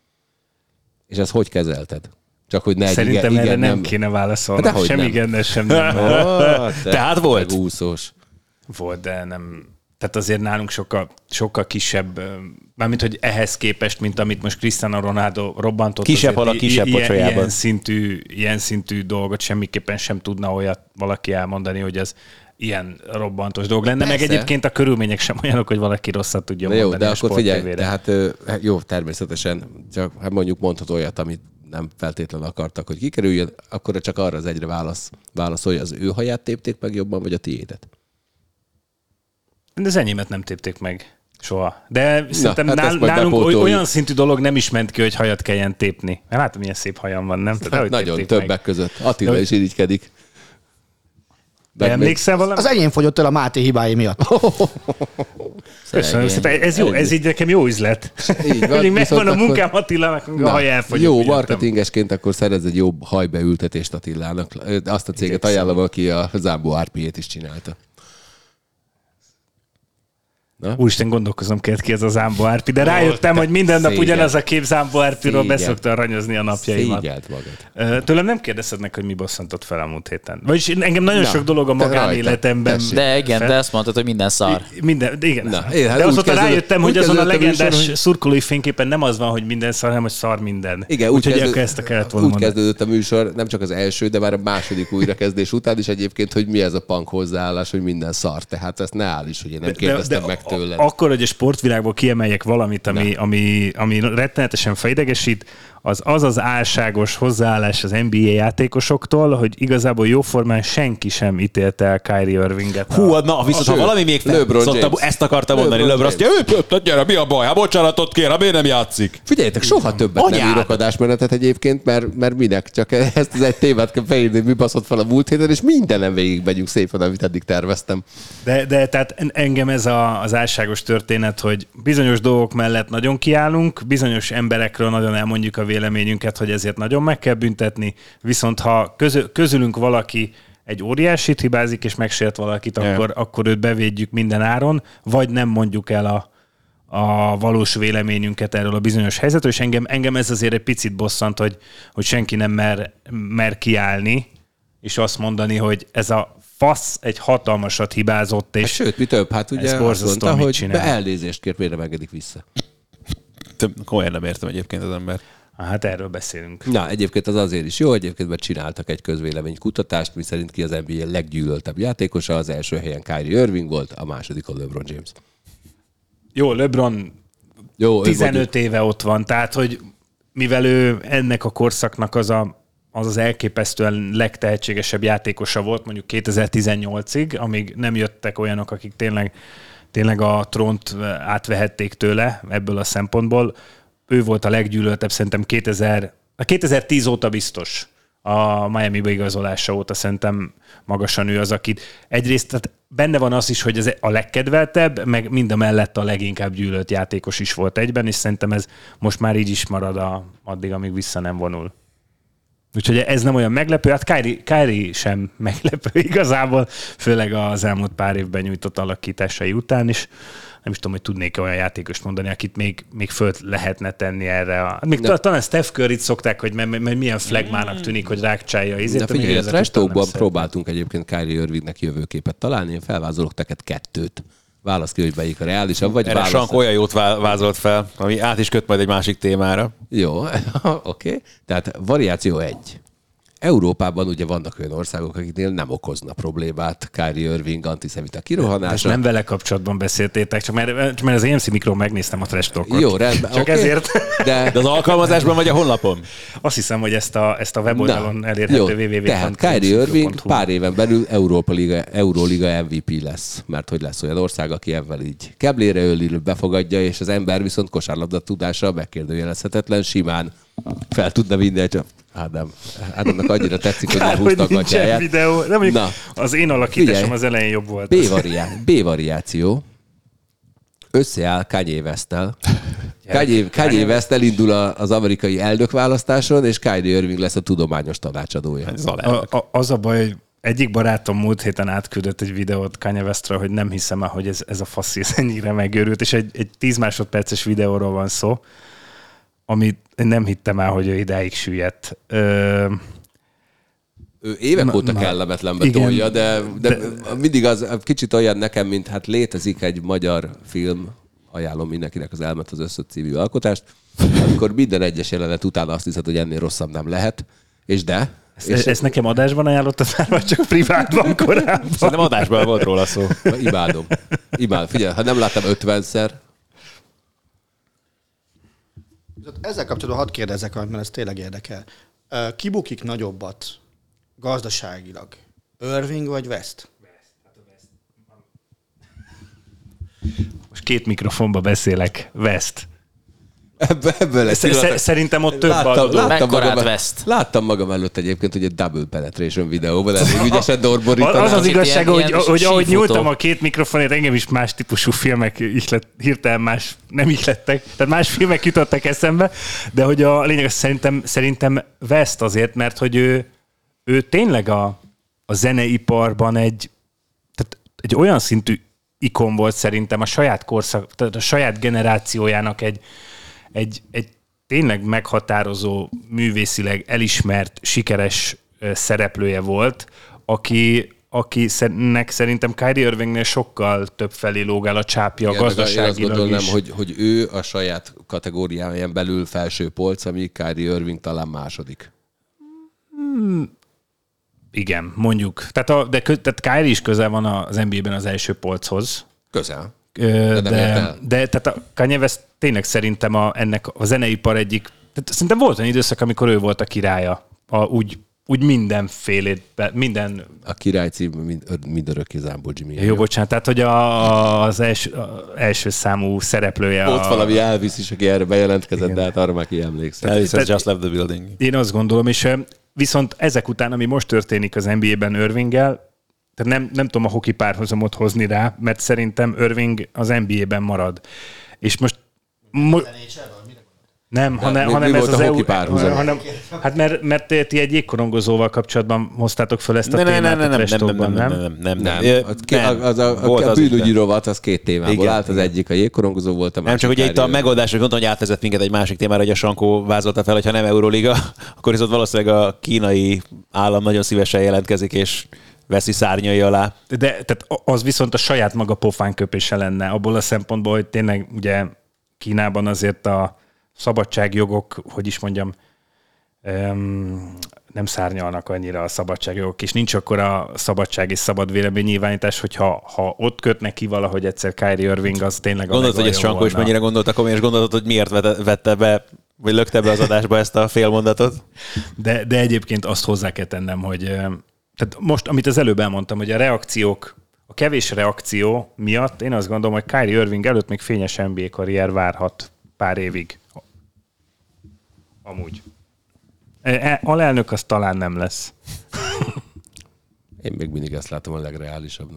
És ezt hogy kezelted? Csak hogy ne szerintem igen, erre nem nem kéne válaszolnom. Sem nem. igen, sem nem. Tehát volt? Úszós. Volt, de nem... Tehát azért nálunk sokkal kisebb, mármint hogy ehhez képest, mint amit most Cristiano Ronaldo robbantott. Kisebb hal a kisebb pocsolyában. Ilyen szintű dolgot semmiképpen sem tudna olyat valaki elmondani, hogy ez ilyen robbantos dolog lenne. Persze. Meg egyébként a körülmények sem olyanok, hogy valaki rosszat tudja mondani. Jó, de akkor figyelj, tehát jó, természetesen, csak mondjuk mondhat olyat, amit nem feltétlenül akartak, hogy kikerüljön, akkor csak arra az egyre válaszolja, az ő haját tépték meg jobban, vagy a tiédet? De az enyémet nem tépték meg soha. De szerintem hát nálunk olyan szintű dolog nem is ment ki, hogy hajat kelljen tépni. Mert látom, milyen szép hajam van, nem? Hát nagyon többek meg között. Attila is irigykedik. Emlékszel valami? Az enyém fogyott el a Máté hibái miatt. Köszönöm szépen. Ez jó, ez így nekem jó üzlet. Így van, megvan a munkám Attilának, a haj elfogyott. Jó, marketingesként akkor szerez egy jobb hajbeültetést Attilának. Azt a céget ajánlom, aki a Zámbó RP-jét is csinálta. Úristen, gondolkozom kellett ki ez a Zámbó RP, de rájöttem, hogy minden nap ugyanaz a kép Zámbó RP-ról beszokta aranyozni a napjaimat. Szégyelt magad. Tőlem nem kérdezed meg, hogy mi bosszantott fel a múlt héten. Vagyis engem nagyon sok dolog a magánéletemben. De igen, de azt mondtad, hogy minden szar. Igen. Hát de azóta rájöttem, hogy azon a legendás szurkolói fényképen nem az van, hogy minden szar, hanem hogy szar minden. Igen, úgyhogy ezt kellett volna úgy kezdődött a műsor, nem csak az első, de már a második újrakezdés után is egyébként, hogy mi ez a punk hozzáállás, hogy minden szar. Tehát ezt ne áll is, hogy én nem kérdeztem meg tőled. Akkor, hogy a sportvilágból kiemeljek valamit, ami rettenetesen felidegesít, az álságos hozzáállás az NBA játékosoktól, hogy igazából jóformán senki sem ítélt el Kyrie Irvinget. Hú, na, viszont ha valami még ezt akarta mondani, LeBron azt, gyere, mi a baj? Hát bocsánatot kér, miért nem játszik? Figyeljetek, soha többet nem írok adásmenetet egyébként, mert minek? Csak ezt az egy témát kell felírni, mi baszott fel a múlt héten, és mindenen végigmegyünk szépen, amit eddig terveztem. De tehát engem ez az álságos történet, hogy bizonyos dolgok mellett nagyon kiállunk, bizonyos emberekről nagyon elmondjuk a véleményünket, hogy ezért nagyon meg kell büntetni, viszont ha közülünk valaki egy óriásit hibázik, és megsért valakit, akkor őt bevédjük minden áron, vagy nem mondjuk el a valós véleményünket erről a bizonyos helyzetről, és engem ez azért egy picit bosszant, hogy senki nem mer kiállni, és azt mondani, hogy ez a fasz egy hatalmasat hibázott, és sőt, mi több, hát ugye azt mondta, hogy elnézést kért, miért nem engedik vissza. Komolyan nem értem egyébként az ember. Hát erről beszélünk. Na, egyébként az azért is jó, egyébként mert csináltak egy közvéleménykutatást, miszerint ki az NBA leggyűlöltebb játékosa, az első helyen Kyrie Irving volt, a másodikon LeBron James. Jó, LeBron 15 éve ott van, tehát hogy mivel ő ennek a korszaknak az elképesztően legtehetségesebb játékosa volt, mondjuk 2018-ig, amíg nem jöttek olyanok, akik tényleg a trónt átvehették tőle ebből a szempontból. Ő volt a leggyűlöltebb, szerintem 2010 óta biztos. A Miami-be igazolása óta szerintem magasan ő az, akit egyrészt tehát benne van az is, hogy ez a legkedveltebb, meg mind a mellett a leginkább gyűlölt játékos is volt egyben, és szerintem ez most már így is marad addig, amíg vissza nem vonul. Úgyhogy ez nem olyan meglepő, hát Kyrie sem meglepő igazából, főleg az elmúlt pár évben nyújtott alakításai után is. Nem is tudom, hogy tudnék olyan játékost mondani, akit még föl lehetne tenni erre. Még talán Steph Curryt szokták, hogy mert milyen flagmának tűnik, hogy rákcsálja. De figyelj, a Trash Talkban próbáltunk egyébként Kyrie Irvingnek jövőképet találni, én felvázolok neked 2. Válasz ki, hogy melyik a reálisabb, vagy erre Sank olyan jót vázolt fel, ami át is köt majd egy másik témára. Jó, oké. Tehát variáció 1. Európában ugye vannak olyan országok, akiknél nem okozna problémát Kyrie Irving antiszemita kirohanása. Ezt nem vele kapcsolatban beszéltétek, csak mert az EMC Mikron megnéztem a Trash Talkot. Jó, rendben. Csak ezért. De az alkalmazásban vagy a honlapon? Azt hiszem, hogy ezt a weboldalon elérhető www. Tehát Kyrie Irving pár éven belül Euróliga MVP lesz, mert hogy lesz olyan ország, aki ebben így keblére öli, befogadja, és az ember viszont kosárlabda tudása megkérdőjelezhetetlen, simán fel tudna vinni, csak Ádámnak annyira tetszik, hogy nem húzta a gatyáját. Videó. Nem mondjuk, az én alakításom az elején jobb volt. B-variáció. Összeáll Kanye West-tel. Kanye West elindul az amerikai elnökválasztáson, és Kyrie Irving lesz a tudományos tanácsadója. Az a baj, hogy egyik barátom múlt héten átküldött egy videót Kanye Westről, hogy nem hiszem el, hogy ez a faszi ennyire megőrült, és egy 10 másodperces videóról van szó, amit nem hittem el, hogy ő idáig süllyedt. Ő évek óta kellemetlenbe tolja, de mindig az kicsit olyan nekem, mint hát létezik egy magyar film, ajánlom mindenkinek az Elmet az Összöt című alkotást, amikor minden egyes jelenet után azt hiszed, hogy ennél rosszabb nem lehet, és de... Ezt nekem adásban ajánlottad már, vagy csak privátban korábban? Szerintem adásban volt róla szó. Imádom. Figyelj, ha nem láttam 50-szer, Ezzel kapcsolatban hadd kérdezzek, mert ez tényleg érdekel. Ki bukik nagyobbat gazdaságilag? Irving vagy West? Most 2 mikrofonba beszélek. West. Ebből egy Szerintem ott több adó. Láttam magam előtt egyébként, hogy egy double penetration videóban elég ügyesen dorborítanám. Az az igazság, hogy ahogy sífutó. nyúltam a 2 mikrofonért, engem is más típusú filmek hirtelen más nem ihlettek. Tehát más filmek jutottak eszembe, de hogy a lényeg, szerintem West azért, mert hogy ő tényleg a zeneiparban egy olyan szintű ikon volt szerintem a saját korszak, tehát a saját generációjának egy tényleg meghatározó, művészileg elismert, sikeres szereplője volt, akinek szerintem Kyrie Irvingnél sokkal több felé lógál a csápja gazdaságilag is. Én azt gondolnám, is. hogy ő a saját kategóriáján belül felső polc, ami Kyrie Irving talán második. Igen, mondjuk. Tehát Kyrie is közel van az NBA-ben az első polchoz. Közel. De tehát a Kanye West tényleg szerintem ennek a zeneipar egyik, tehát szerintem volt olyan időszak, amikor ő volt a királya, úgy minden... A király cím mindörökké Zámbó Jimmy. Jó, bocsánat, tehát hogy az első számú szereplője. Ott valami Elvis is, aki erre bejelentkezett, igen. De hát arra már ki emlékszik. Elvis has just left the building. Én azt gondolom, és viszont ezek után, ami most történik az NBA-ben Irvinggel, tehát nem tudom a hoki párhuzamot hozni rá, mert szerintem Irving az NBA-ben marad. És most... Nem, hanem ez az hoki párhuzam? Hát mert ti egy jégkorongozóval kapcsolatban hoztátok fel ezt a témát a Trestokban, nem? A bűnügyi rovat az 2 témából állt, az egyik a jégkorongozó volt, a másik. Nem csak, hogy itt a megoldás, hogy gondolom, hogy átvezet minket egy másik témára, hogy a Sankó vázolta fel, hogy ha nem Euroliga, akkor viszont valószínűleg a kínai állam nagyon szívesen jelentkezik, és veszi szárnyai alá. De tehát az viszont a saját maga pofánköpése lenne, abból a szempontból, hogy tényleg ugye Kínában azért a szabadságjogok, hogy is mondjam, nem szárnyalnak annyira a szabadságjogok, és nincs akkor a szabadság és szabad véleménynyilvánítás, hogyha ott kötne ki valahogy egyszer Kyrie Irving, az tényleg Gondolod, hogy ezt Sankó is mennyire gondolta komolyan, és gondolod, hogy miért vette be, vagy lökte be az adásba ezt a félmondatot? De egyébként azt hozzá kell tennem, hogy tehát most, amit az előbb elmondtam, hogy a kevés reakció miatt én azt gondolom, hogy Kyrie Irving előtt még fényes NBA karrier várhat pár évig. Amúgy. Alelnök az talán nem lesz. Én még mindig ezt látom a legreálisabbnak.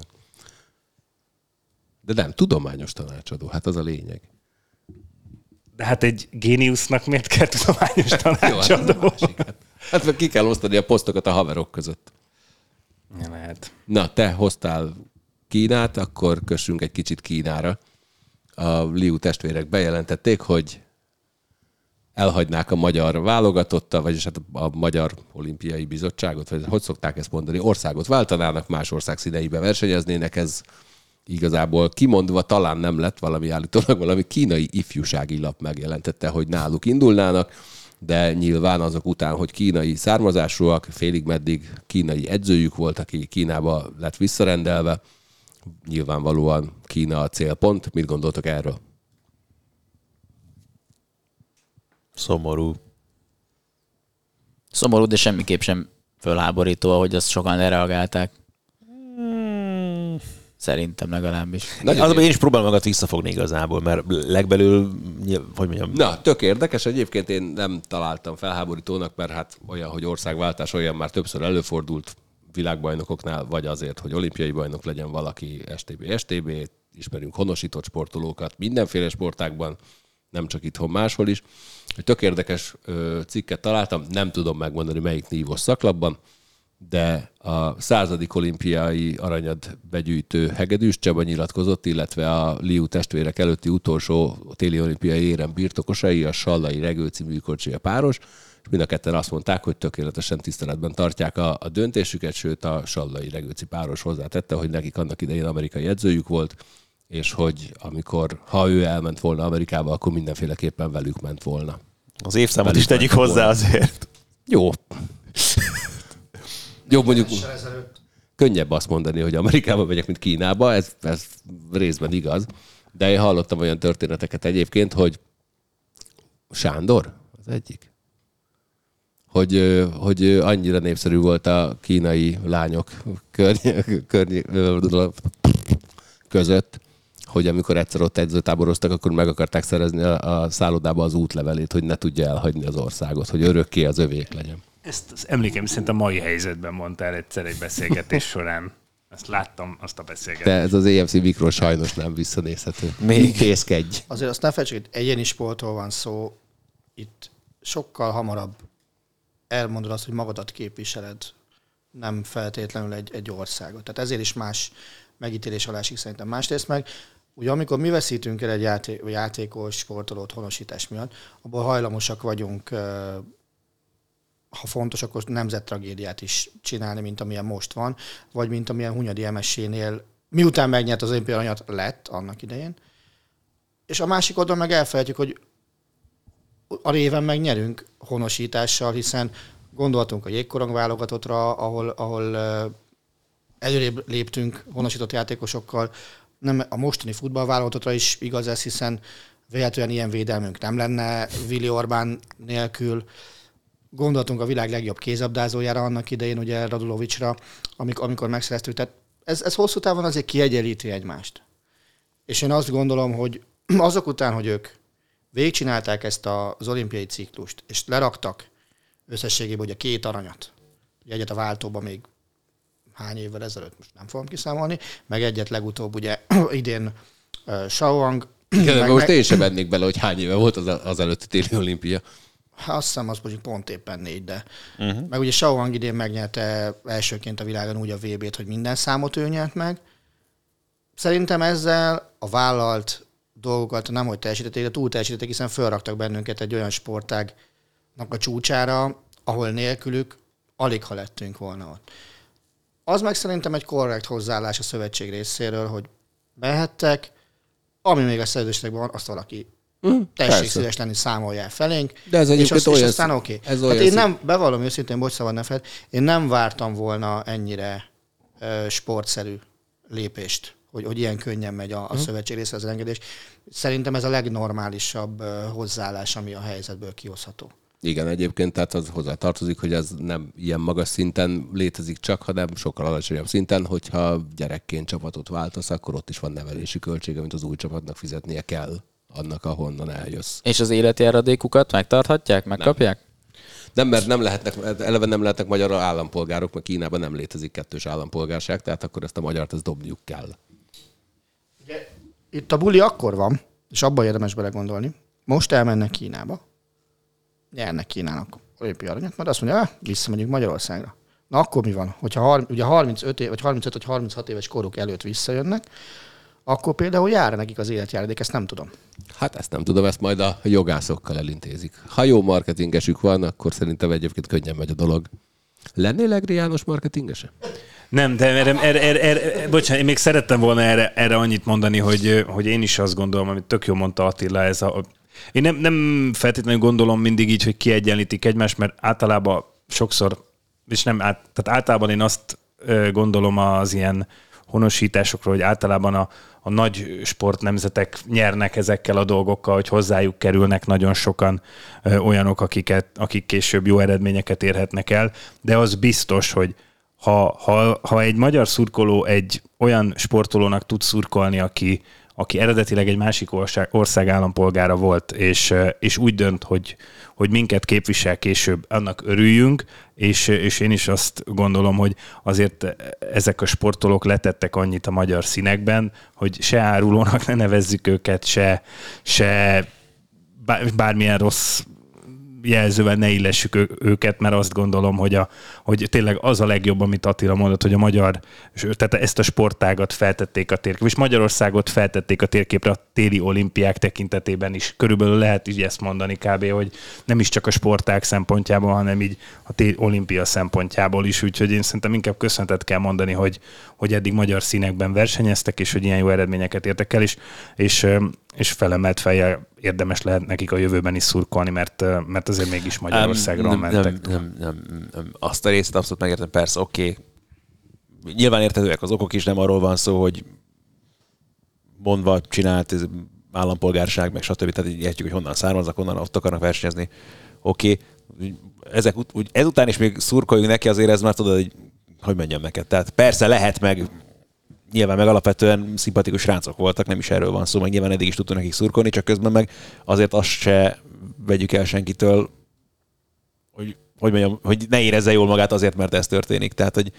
De nem, tudományos tanácsadó, hát az a lényeg. De hát egy géniusznak miért kell tudományos tanácsadó? Hát ki kell osztani a posztokat a haverok között. Nem lehet. Na, te hoztál Kínát, akkor kössünk egy kicsit Kínára. A Liu testvérek bejelentették, hogy elhagynák a magyar válogatottal, vagyis hát a Magyar Olimpiai Bizottságot, vagy hogy szokták ezt mondani, országot váltanának, más ország színeibe versenyeznének, ez igazából kimondva talán nem lett, állítólag valami kínai ifjúsági lap megjelentette, hogy náluk indulnának, de nyilván azok után, hogy kínai származásúak, félig meddig kínai edzőjük volt, aki Kínába lett visszarendelve, nyilvánvalóan Kína a célpont. Mit gondoltok erről? Szomorú, de semmiképp sem fölháborító, ahogy azt sokan lereagálták. Szerintem legalábbis. Azonban én is próbálom magad visszafogni igazából, mert legbelül, hogy mondjam... Na, tök érdekes. Egyébként én nem találtam felháborítónak, mert hát olyan, hogy országváltás, olyan már többször előfordult világbajnokoknál, vagy azért, hogy olimpiai bajnok legyen valaki, STB, ismerünk honosított sportolókat mindenféle sportákban, nem csak itthon, máshol is. Egy tök érdekes cikket találtam, nem tudom megmondani, melyik nívós szaklapban, de a 100. olimpiai aranyat begyűjtő Hegedűs Csaba nyilatkozott, illetve a Liu testvérek előtti utolsó téli olimpiai érem birtokosai, a Sallai Regőci műkorcsolya páros, és mind a ketten azt mondták, hogy tökéletesen tiszteletben tartják a döntésüket, sőt a Sallai Regőci páros hozzátette, hogy nekik annak idején amerikai edzőjük volt, és hogy ha ő elment volna Amerikába, akkor mindenféleképpen velük ment volna. Az évszámot is tegyük hozzá azért. Jó. Jó, mondjuk könnyebb azt mondani, hogy Amerikába megyek, mint Kínába, ez részben igaz, de én hallottam olyan történeteket egyébként, hogy Sándor? Az egyik. Hogy annyira népszerű volt a kínai lányok között, hogy amikor egyszer ott edzőtáboroztak, akkor meg akarták szerezni a szállodába az útlevelét, hogy ne tudja elhagyni az országot, hogy örökké az övék legyen. Ezt az emlékeim szerint a mai helyzetben mondtál egyszer egy beszélgetés során. Ezt láttam, azt a beszélgetést. De ez az EMC mikro sajnos nem visszanézhető. Még. Intézkedj. Azért azt ne felejtsük, hogy egyéni sportról van szó, itt sokkal hamarabb elmondod azt, hogy magadat képviseled, nem feltétlenül egy országot. Tehát ezért is más megítélés alá esik szerintem. Másrészt meg, ugye amikor mi veszítünk el egy játékos, sportolót honosítás miatt, abból hajlamosak vagyunk, ha fontos, akkor nemzettragédiát is csinálni, mint amilyen most van, vagy mint amilyen Hunyadi MSC-nél, miután megnyert az olimpiai aranyat, lett annak idején. És a másik oldalon meg elfelejtjük, hogy a réven meg nyerünk honosítással, hiszen gondoltunk a jégkorong válogatottra, ahol előrébb léptünk honosított játékosokkal, nem a mostani futballválogatottra is igaz ez, hiszen véletlenül ilyen védelmünk nem lenne Vili Orbán nélkül. Gondoltunk a világ legjobb kézabdázójára annak idején, ugye Radulovicsra, amikor megszereztük. Tehát ez hosszú távon azért kiegyenlíti egymást. És én azt gondolom, hogy azok után, hogy ők végigcsinálták ezt az olimpiai ciklust, és leraktak összességében ugye 2 aranyat, ugye egyet a váltóban még hány évvel ezelőtt, most nem fogom kiszámolni, meg egyet legutóbb ugye idén Shaoang. Most én sem vennék bele, hogy hány éve volt az előtti téli olimpia. Azt hiszem, az mondjuk pont éppen 4, de. Meg ugye Shaoang idén megnyerte elsőként a világon úgy a VB-t, hogy minden számot ő nyert meg. Szerintem ezzel a vállalt dolgokat nem hogy teljesítették, de túl teljesítették, hiszen felraktak bennünket egy olyan sportágnak a csúcsára, ahol nélkülük alig ha lettünk volna ott. Az meg szerintem egy korrekt hozzáállás a szövetség részéről, hogy behettek, ami még a szerződésekben van, azt valaki tessék szíves lenni, számolja el felénk. De ez egyébként és aztán oké. Hát én nem, bevallom őszintén, bocs, szabad ne fel, én nem vártam volna ennyire sportszerű lépést, hogy ilyen könnyen megy a szövetség része az engedés. Szerintem ez a legnormálisabb hozzáállás, ami a helyzetből kihozható. Igen, egyébként tehát az hozzá tartozik, hogy ez nem ilyen magas szinten létezik csak, hanem sokkal alacsonyabb szinten, hogyha gyerekként csapatot váltasz, akkor ott is van nevelési költsége, amit az új csapatnak fizetnie kell annak, ahonnan eljössz. És az életi járadékukat megtarthatják, megkapják? Nem, mert eleve nem lehetnek magyar állampolgárok, mert Kínában nem létezik 2-s állampolgárság, tehát akkor ezt a magyart ezt dobniuk kell. Itt a buli akkor van, és abban érdemes belegondolni. Most elmennek Kínába, nyernek Kínának olimpiai aranyat, majd azt mondja, visszamegyünk Magyarországra. Na akkor mi van? Hogyha ugye 35 vagy 36 éves koruk előtt visszajönnek, akkor például jár nekik az életjáradék, ezt nem tudom. Hát ezt nem tudom, ezt majd a jogászokkal elintézik. Ha jó marketingesük van, akkor szerintem egyébként könnyen megy a dolog. Lennél Egri János marketingese? Nem, de bocsánat, én még szerettem volna erre annyit mondani, hogy én is azt gondolom, amit tök jó mondta Attila, én nem feltétlenül gondolom mindig így, hogy kiegyenlítik egymást, mert általában sokszor, és nem, tehát általában én azt gondolom az ilyen honosításokról, hogy általában a nagy sportnemzetek nyernek ezekkel a dolgokkal, hogy hozzájuk kerülnek nagyon sokan olyanok, akik később jó eredményeket érhetnek el, de az biztos, hogy ha egy magyar szurkoló egy olyan sportolónak tud szurkolni, aki eredetileg egy másik ország állampolgára volt, és úgy dönt, hogy minket képvisel később, annak örüljünk, és én is azt gondolom, hogy azért ezek a sportolók letettek annyit a magyar színekben, hogy se árulónak ne nevezzük őket, se bármilyen rossz jelzővel ne illessük őket, mert azt gondolom, hogy tényleg az a legjobb, amit Attila mondott, hogy a magyar, tehát ezt a sportágat feltették a térképre, és Magyarországot feltették a térképre a téli olimpiák tekintetében is. Körülbelül lehet így ezt mondani kb., hogy nem is csak a sportág szempontjából, hanem így a téli olimpia szempontjából is, úgyhogy én szerintem inkább köszönetet kell mondani, hogy eddig magyar színekben versenyeztek, és hogy ilyen jó eredményeket értek el, és felemelt fejjel érdemes lehet nekik a jövőben is szurkolni, mert azért mégis Magyarországról mentek. Nem. Azt a részt abszolút megértem, persze, oké. Nyilván érthetőek az okok is, nem arról van szó, hogy mondva csinált állampolgárság, meg stb. Tehát így értjük, hogy honnan származnak, honnan ott akarnak versenyezni. Oké. Ezután is még szurkoljunk neki, azért ez már tudod, hogy mondjam neked. Tehát persze lehet meg, nyilván meg alapvetően szimpatikus rácok voltak, nem is erről van szó, meg nyilván eddig is tudtunk nekik szurkolni, csak közben meg azért azt se vegyük el senkitől, hogy mondjam, hogy ne érezze jól magát azért, mert ez történik. Tehát, hogy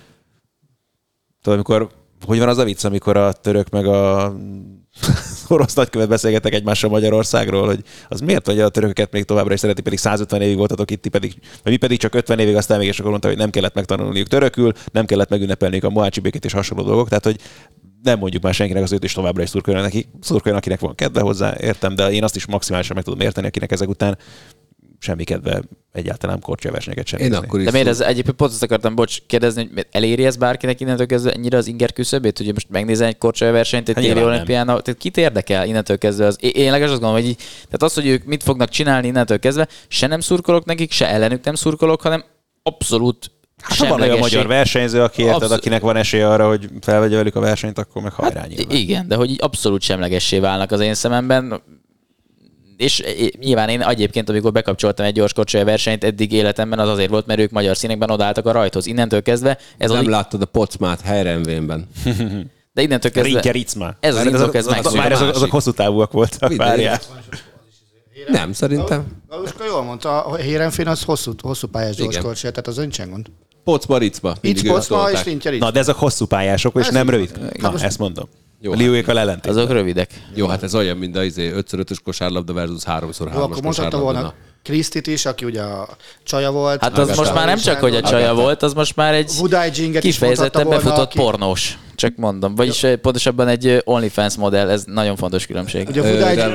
tudod, amikor, hogy van az a vicc, amikor a török meg a orosz nagykövet beszélgettek egymással Magyarországról, hogy az miért, hogy a törököket még továbbra is szereti, pedig 150 évig voltatok itt, mi pedig csak 50 évig, aztán még és akkor mondta, hogy nem kellett megtanulniuk törökül, nem kellett megünnepelniük a Mohácsi békét és hasonló dolgok, tehát hogy nem mondjuk már senkinek az őt is továbbra is szurkoljon, akinek van kedve hozzá, értem, de én azt is maximálisan meg tudom érteni, akinek ezek után semmi kedve egyáltalán korcsolyaversenyeket sem. De miért ez egyébként pont azt akartam, kérdezni, hogy eléri ez bárkinek innentől kezdve ennyire az inger küszöbét, hogy most megnézel egy korcsolyaversenyt, egy téli olimpián, tehát kit érdekel innentől kezdve az? Én legalábbis azt gondolom, hogy tehát az, hogy ők mit fognak csinálni innentől kezdve, se nem szurkolok nekik, se ellenük nem szurkolok, hanem abszolút ha van olyan magyar versenyző, aki érted, akinek van esélye arra, hogy felvegye velük a versenyt, akkor meg hajrá nyilván. Igen, de hogy így abszolút semlegessé válnak az én szememben. És nyilván én egyébként, amikor bekapcsoltam egy gyors versenyt, eddig életemben az azért volt, mert ők magyar színekben odaálltak a rajthoz. Innentől kezdve... Nem láttad a Pocmát Helyrenvénben. De innentől kezdve... Rinke Ricma. Ez az indok, ez megszűnt. Azok hosszú távúak voltak. Várjál. Nem, szerintem. Galuska jól mondta, a Hérenfén az hosszú pályás gyorskorcsoly, tehát az nincsen gond. Pocma, Ricma. Itt Pocma és Rinke Ricma. Na, de ezek hosszú pályások, és nem rövid. Na, ezt mondom. Jó, a Liuékkal ellentét. Azok rövidek. Jó, hát ez olyan, mint a 5x5-ös kosárlabda versus 3x3-as kosárlabda. Akkor mondhatta volna Krisztit is, aki ugye a csaja volt. Hát az most már nem csak, hogy a csaja volt, az most már egy kifejezetten befutott pornós. Csak mondom. Vagyis pontosabban egy OnlyFans modell, ez nagyon fontos különbség. Ugye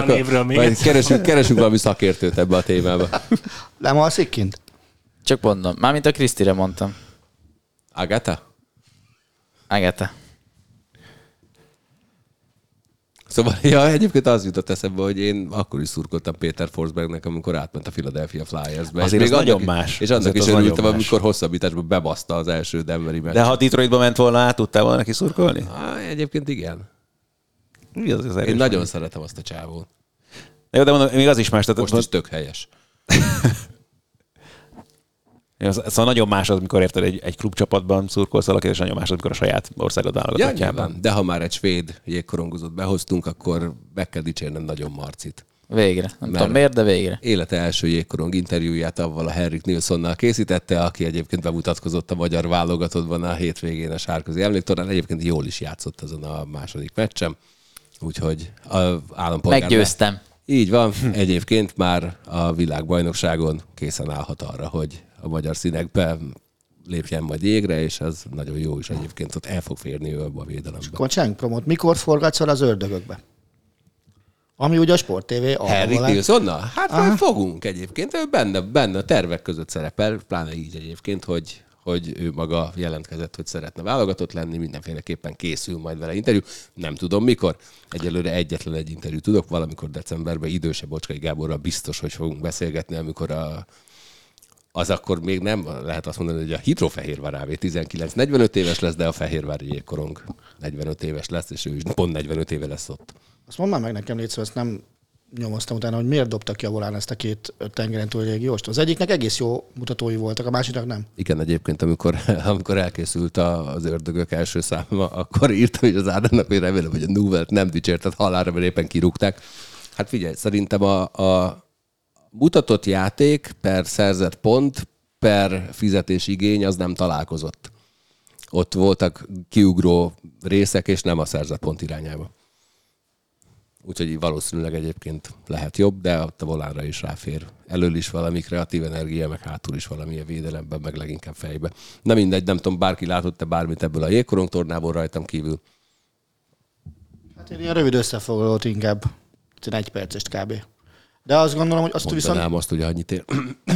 keresünk valami szakértőt ebbe a témába. Nem alszik kint? Csak mondom. Mármint a Krisztire mondtam. Agatha? Agatha. Szóval, ja, egyébként az jutott eszembe, hogy én akkor is szurkoltam Péter Forsbergnek, amikor átment a Philadelphia Flyersbe. Azért ez nagyon más. És annak is örültem, amikor hosszabbításban bebaszta az első Denveri meccset. De ha Detroitba ment volna át, tudtál volna neki szurkolni? Egyébként igen. Mi az én nagyon szeretem azt a csávót. Jó, de mondom, még az is más. Most is tök helyes. Szóval nagyon más az, amikor érted egy klubcsapatban szurkolsz valakit, és nagyon más az, amikor a saját országod válogatottjában. Ja, de ha már egy svéd jégkorongozót behoztunk, akkor meg kell dicsérnem nagyon Marcit. Végre. Nem tudom miért, de végre. Élete első jégkorong interjúját avval a Henrik Nilssonnal készítette, aki egyébként bemutatkozott a magyar válogatottban a hétvégén a Sárközi Emléktornán. Egyébként jól is játszott azon a második meccsem. Úgyhogy az állampolgár... Meggyőztem. Így van. Egyébként már a világbajnokságon készen állhat arra, hogy a magyar színekbe lépjen majd jégre, és az nagyon jó is egyébként, ott el fog férni ő a védelembe. Akkor csináljunk promót. Mikor forgatsz el az Ördögökbe? Ami ugye a Sport TV Henrik Nilssonnal? Hát már fogunk egyébként. Ő benne a tervek között szerepel, pláne így egyébként, hogy ő maga jelentkezett, hogy szeretne válogatott lenni, mindenféleképpen készül majd vele interjú. Nem tudom mikor. Egyelőre egyetlen egy interjú tudok, valamikor decemberben idősebb Bocskai Gáborral biztos, hogy fogunk beszélgetni, amikor az akkor még nem lehet azt mondani, hogy a Hidrofehérvár AV 19-45 éves lesz, de a Fehérvári jégkorong 45 éves lesz, és ő is pont 45 éve lesz ott. Azt mondd már meg nekem, légy szó, ezt nem nyomoztam utána, hogy miért dobtak ki a volán ezt a két tengeren túli régióst. Az egyiknek egész jó mutatói voltak, a másiknak nem. Igen, egyébként, amikor elkészült az Ördögök első száma, akkor írtam is az Ádámnak, hogy remélem, hogy a Nuvelt nem dicsértet halálra, mert éppen kirúgták. Hát figyelj, szerintem a mutatott játék per szerzett pont, per fizetésigény az nem találkozott. Ott voltak kiugró részek, és nem a szerzett pont irányába. Úgyhogy valószínűleg egyébként lehet jobb, de ott a volánra is ráfér. Elől is valami kreatív energia, meg hátul is valami a védelemben, meg leginkább fejbe. Na mindegy, nem tudom, bárki látott-e bármit ebből a jégkorong tornából rajtam kívül? Hát én ilyen rövid összefoglalót inkább, 1 percest kb. De azt gondolom, hogy azt mondanám viszont... azt, hogy annyit ér.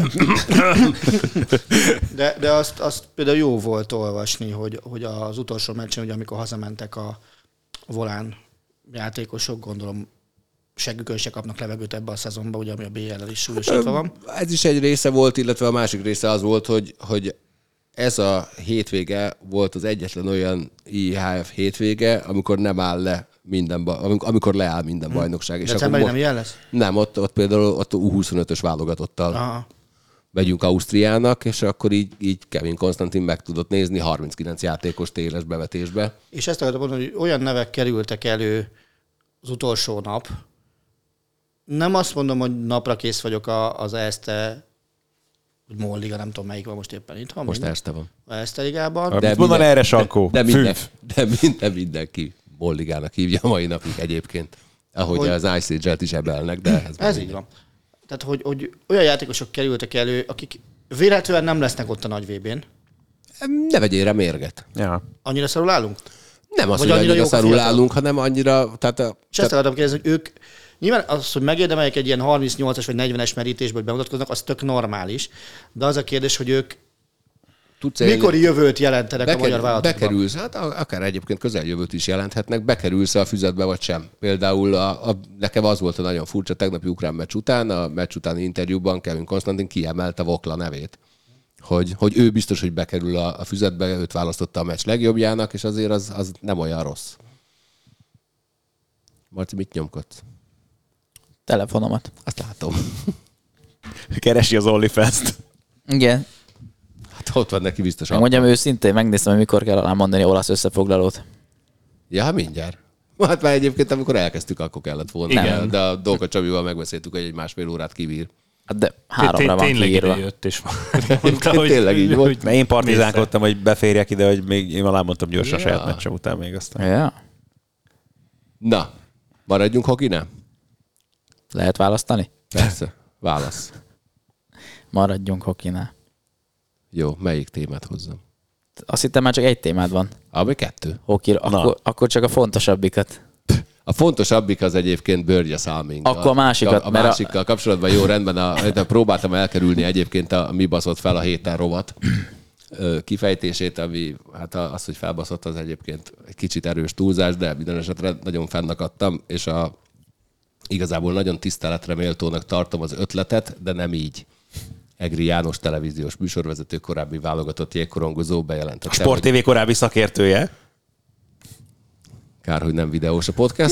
De azt például jó volt olvasni, hogy az utolsó meccsen, ugye, amikor hazamentek a volán játékosok, gondolom seggükön se kapnak levegőt ebbe a szezonba, ugye, ami a BL-el is súlyosítva van. Ez is egy része volt, illetve a másik része az volt, hogy ez a hétvége volt az egyetlen olyan IHF hétvége, amikor nem áll le amikor leáll minden bajnokság. És Decemberi nem ilyen lesz? Nem, ott például ott U25-ös válogatottal Aha. megyünk Ausztriának, és akkor így Kevin Konstantin meg tudott nézni 39 játékos téles bevetésbe. És ezt akartam mondani, hogy olyan nevek kerültek elő az utolsó nap. Nem azt mondom, hogy napra kész vagyok az Erste, vagy MOL liga, nem tudom melyik van most éppen itt. Most Erste van. Erste ligában. Mit mondaná erre, Sankó? De mindenki MOL ligának hívja a mai napig egyébként. Ahogy az Ice Age-et is ebelnek, de ez így van. Tehát, hogy olyan játékosok kerültek elő, akik véletlenül nem lesznek ott a nagy VB-n. Ne vegyél rá mérget. Ja. Annyira szarul állunk? Nem az, hogy annyira szarul állunk, hanem annyira... És ezt akartam kérdezni, hogy ők nyilván az, hogy megérdemeljek egy ilyen 38-as vagy 40-es merítésből, hogy bemutatkoznak, az tök normális. De az a kérdés, hogy ők mikor jövőt jelentenek a magyar vállalatokban? Bekerülsz, hát akár egyébként közeljövőt is jelenthetnek, bekerülsz a füzetbe vagy sem. Például nekem az volt a nagyon furcsa tegnapi ukrán meccs után, a meccs utáni interjúban Kevin Konstantin kiemelte Vokla nevét. Hogy ő biztos, hogy bekerül a füzetbe, őt választotta a meccs legjobbjának, és azért az nem olyan rossz. Marci, mit nyomkodsz? Telefonomat. Azt látom. Keresi az OnlyFans-t. Igen. Hát ott van neki biztos. Mondjam őszintén, megnéztem, hogy mikor kell alá mondani olasz összefoglalót. Ja, mindjárt. Hát már egyébként, amikor elkezdtük, akkor kellett volna. Igen. De a Dolga Csabival megbeszéltük, hogy egy másfél órát kibír. De 3-ra van kiírva. Tényleg jött és mondta, hogy... Tényleg így volt. Mert én partizánkodtam, hogy beférjek ide, hogy még én alámondtam gyorsan a saját meccsem után még aztán. Ja. Na, maradjunk hokinál? Lehet választani? Persze. Válasz. Maradjunk hokinál. Jó, melyik témát hozzam? Azt hittem már csak egy témád van. Ami 2. Hoki, akkor csak a fontosabbikat. A fontosabbik az egyébként Börgye Salming. Akkor a másikat. A másikkal kapcsolatban jó rendben, de próbáltam elkerülni egyébként a mi baszott fel a héten rovat kifejtését, ami hát az, hogy felbaszott, az egyébként egy kicsit erős túlzás, de minden esetre nagyon fennakadtam, és igazából nagyon tiszteletre méltónak tartom az ötletet, de nem így. Egri János televíziós műsorvezető, korábbi válogatott jégkorongozó bejelentette. A Sport TV korábbi szakértője. Kár, hogy nem videós a podcast.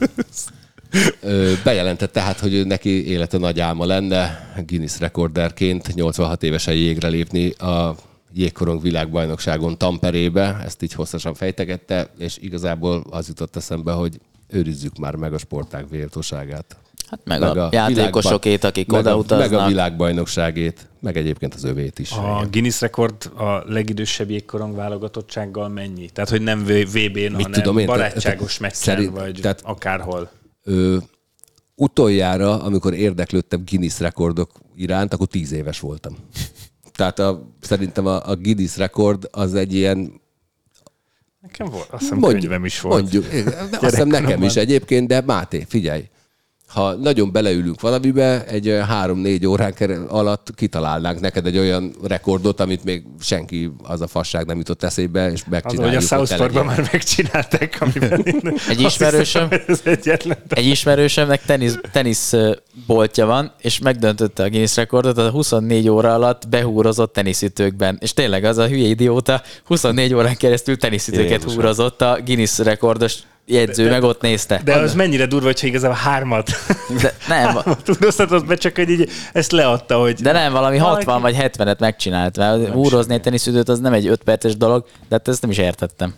Bejelentette tehát, hogy neki élete nagy álma lenne Guinness rekorderként 86 évesen jégre lépni a jégkorong világbajnokságon Tamperébe. Ezt így hosszasan fejtegette, és igazából az jutott eszembe, hogy őrizzük már meg a sportág méltóságát. Hát meg a játékosokét, akik odautaznak. Meg a világbajnokságét, meg egyébként az övét is. A Guinness rekord a legidősebb jégkorong válogatottsággal mennyi? Tehát, hogy nem VB-n, hanem barátságos meccsen, vagy tehát, akárhol. Utoljára, amikor érdeklődtem Guinness rekordok iránt, akkor 10 éves voltam. Tehát szerintem a Guinness rekord az egy ilyen... Nekem volt, azt hiszem könyvem is volt. Mondjuk, azt hiszem nekem is egyébként, de Máté, figyelj! Ha nagyon beleülünk valamibe, egy 3-4 órán alatt kitalálnánk neked egy olyan rekordot, amit még senki az a fasság nem jutott eszébe, és megcsináljuk. Az, hogy a South Parkban már megcsinálták, amiben egy ismerősömnek teniszboltja van, és megdöntötte a Guinness rekordot, a 24 óra alatt behúrozott teniszütőkben. És tényleg az a hülye idióta 24 órán keresztül teniszütőket húrozott a Guinness rekordos jegyző, meg ott nézte. De az mennyire durva, hogyha igazából 3 nem. Tudóztatott be, csak hogy így ezt leadta, hogy... De nem, valami 60 vagy 70-et megcsinált, mert húrozni egy teniszütőt az nem egy 5 perces dolog, de hát ezt nem is értettem.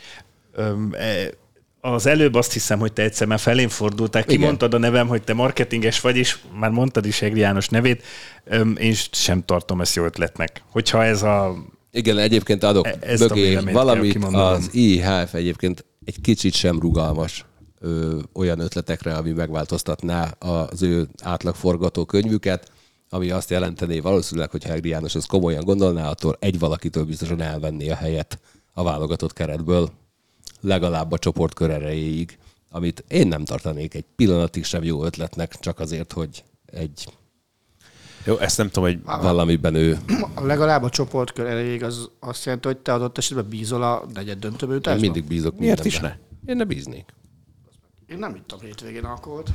Az előbb azt hiszem, hogy te egyszer már felén fordultál, kimondtad a nevem, hogy te marketinges vagy, és már mondtad is Egri János nevét, én sem tartom ezt jó ötletnek. Hogyha ez a... Igen, egyébként adok mögé valamit, az IHF egyébként egy kicsit sem rugalmas olyan ötletekre, ami megváltoztatná az ő átlag forgatókönyvüket, ami azt jelentené valószínűleg, hogy Egri János ezt komolyan gondolná, attól egy valakitől biztosan elvenné a helyet a válogatott keretből, legalább a csoportkör erejéig, amit én nem tartanék egy pillanatig sem jó ötletnek, csak azért, hogy egy... Jó, ezt nem tudom, hogy valamiben ő... Legalább a csoportkör erejéig az azt jelenti, hogy te adott esetben bízol a negyed döntőbe jutásban? Én mindig bízok miért mindenben. is ne? Én ne bíznék. Én nem ittam hétvégén alkoholt.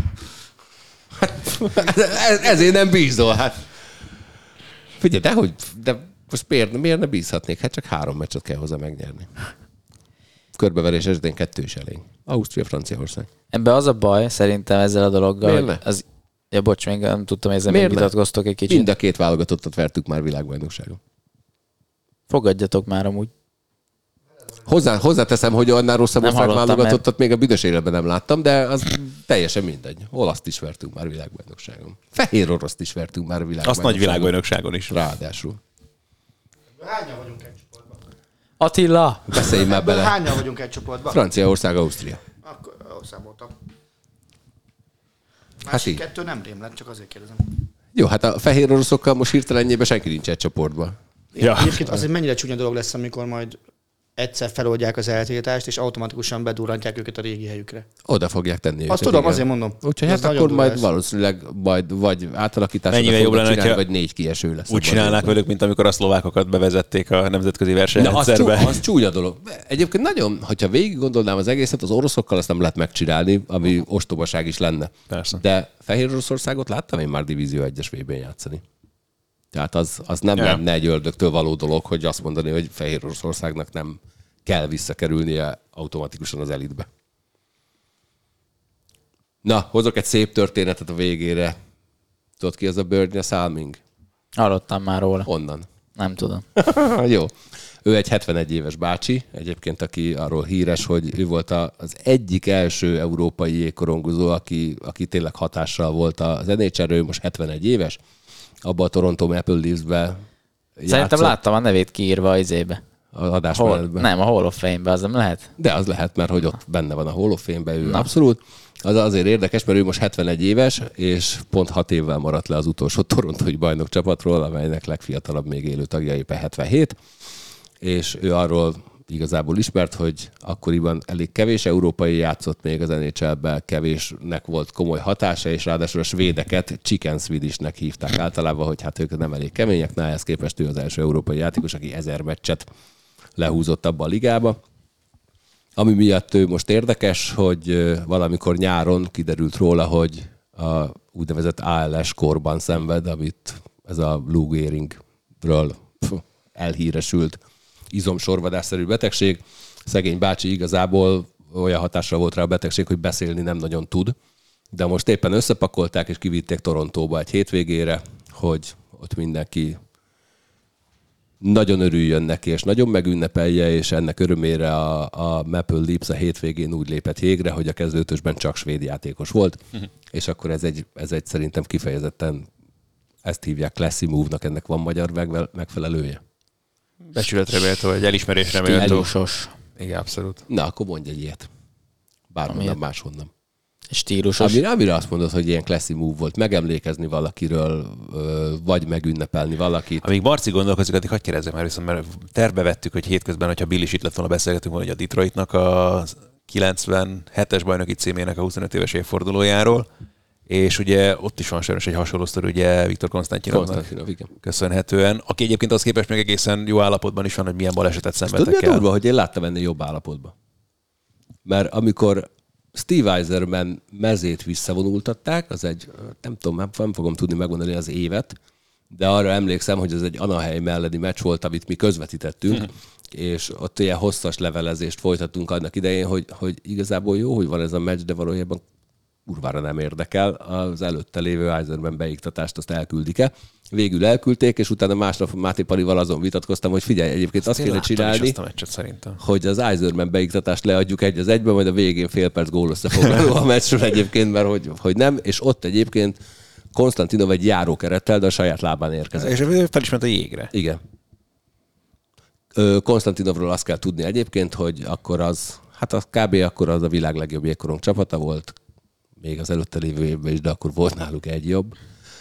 Ezért nem bízol, hát. Figyelj, de most miért ne bízhatnék? Hát csak 3 meccset kell hozzá megnyerni. Körbeverés esetén 2 is elég. Ausztria, Franciaország. Ebben az a baj szerintem ezzel a dologgal, Miért hogy ne? az... Ja, bocs, még nem tudtam, ezzel még Miért ne? vitatkoztok egy kicsit. Mind a két válogatottat vertük már világbajnokságon. Fogadjatok már amúgy. Hozzáteszem, hogy annál rosszabb Nem ország hallottam, válogatottat még a büdös életben nem láttam, de az teljesen mindegy. Olaszt is vertünk már világbajnokságon. Fehér oroszt is vertünk már világbajnokságon. Azt nagy világbajnokságon is. Ráadásul. Hányan vagyunk egy csoportban? Attila! Beszéljünk már bele. Hányan vagyunk egy csoportban? Franciaország, Ausztria. Akkor számoltam. Hát Másik így. kettő nem rém lett, csak azért kérdezem. Jó, hát a fehér oroszokkal most hirtelenjében senki nincs egy csoportban. Ja. Egyébként az egy mennyire csúnya dolog lesz, amikor majd egyszer feloldják az eltiltást, és automatikusan bedurrantják őket a régi helyükre. Oda fogják tenni őket. Azt tudom, igen. azért mondom. Úgyhogy Ez hát nagyon akkor durva majd lesz. valószínűleg vagy átalakításra Mennyivel jobb lenne, csinálni, hogyha vagy 4 kieső lesz. Úgy csinálnák velük, mint amikor a szlovákokat bevezették a nemzetközi versenyrendszerbe. Az csúnya dolog. Egyébként nagyon, hogyha végig gondolnám az egészet, az oroszokkal azt nem lehet megcsinálni, ami ostobaság is lenne. Persze. De Fehér Oroszországot láttam én már Divízió 1-es VB-n játszani. Tehát az nem lenne egy ördögtől való dolog, hogy azt mondani, hogy Fehér Oroszországnak nem kell visszakerülnie automatikusan az elitbe. Na, hozok egy szép történetet a végére. Tudod ki az a Börnya Salming? Hallottam már róla. Honnan? Nem tudom. Jó. Ő egy 71 éves bácsi, egyébként, aki arról híres, hogy ő volt az egyik első európai jégkorongozó, aki tényleg hatással volt az NHL-re, ő most 71 éves. Abba a Toronto Maple Leafs-be Szerintem láttam a nevét kiírva az izébe. az adásmenetben. Nem, a Hall of Fame-be, az nem lehet? De az lehet, mert hogy ott benne van a Hall of Fame-ben, ő abszolút. Az azért érdekes, mert ő most 71 éves, és pont 6 évvel maradt le az utolsó torontói bajnok csapatról, amelynek legfiatalabb még élő tagja éppen 77. És ő arról igazából ismert, hogy akkoriban elég kevés európai játszott még az NHL-ben, kevésnek volt komoly hatása, és ráadásul a svédeket Chicken Swedishnek hívták általában, hogy hát ők nem elég kemények, ehhez képest ő az első európai játékos, aki 1000 meccset lehúzott abba a ligába. Ami miatt ő most érdekes, hogy valamikor nyáron kiderült róla, hogy a úgynevezett ALS korban szenved, amit ez a Lou Gehrigről elhíresült izomsorvadásszerű betegség. Szegény bácsi igazából olyan hatással volt rá a betegség, hogy beszélni nem nagyon tud, de most éppen összepakolták és kivitték Torontóba egy hétvégére, hogy ott mindenki nagyon örüljön neki, és nagyon megünnepelje, és ennek örömére a Maple Leafs a hétvégén úgy lépett jégre, hogy a kezdőtösben csak svéd játékos volt, és akkor ez egy szerintem kifejezetten ezt hívják classy move-nak, ennek van magyar megfelelője. Becsületre méltó, vagy elismerésre méltó. Stílusos. Igen, abszolút. Na, akkor mondj egy ilyet. Bárhonnan, máshonnan. Stílusos. Amire azt mondod, hogy ilyen classy move volt, megemlékezni valakiről, vagy megünnepelni valakit. Amíg Marci gondolkozik, addig hadd kérdezzem már viszont, mert tervbe vettük, hogy hétközben, hogyha Bill is itt lett volna, beszélgetünk volna, hogy a Detroitnak a 97-es bajnoki címének a 25 éves évfordulójáról, és ugye ott is van sajnos egy hasonló sztori, ugye Viktor Konstantinovnak Igen. köszönhetően, aki egyébként az képest még egészen jó állapotban is van, hogy milyen balesetet Tudod, szenvedtek mi a el. durva, hogy én láttam ennél jobb állapotban? Mert amikor Steve Eiserman mezét visszavonultatták, az egy, nem tudom, nem fogom tudni megmondani az évet, de arra emlékszem, hogy ez egy Anaheim elleni meccs volt, amit mi közvetítettünk, és ott ilyen hosszas levelezést folytattunk annak idején, hogy igazából jó, hogy van ez a meccs, de valójában kurvára nem érdekel. Az előtte lévő Eiserman beiktatást azt elküldik-e. Végül elküldték, és utána másnap Máté Palival azon vitatkoztam, hogy figyelj, egyébként azt kéne csinálni, Azt a meccset szerintem. hogy az Eiserman beiktatást leadjuk 1-1, majd a végén fél perc gól összefoglaló a meccsről egyébként, mert hogy nem, és ott egyébként Konstantinov egy járókerettel, de a saját lábán érkezett. És ő fel is ment a jégre. Igen. Konstantinovról azt kell tudni egyébként, hogy akkor az kb. Akkor az a világ legjobb jégkorong csapata volt, még az előtte lévő évben is, de akkor volt náluk egy jobb.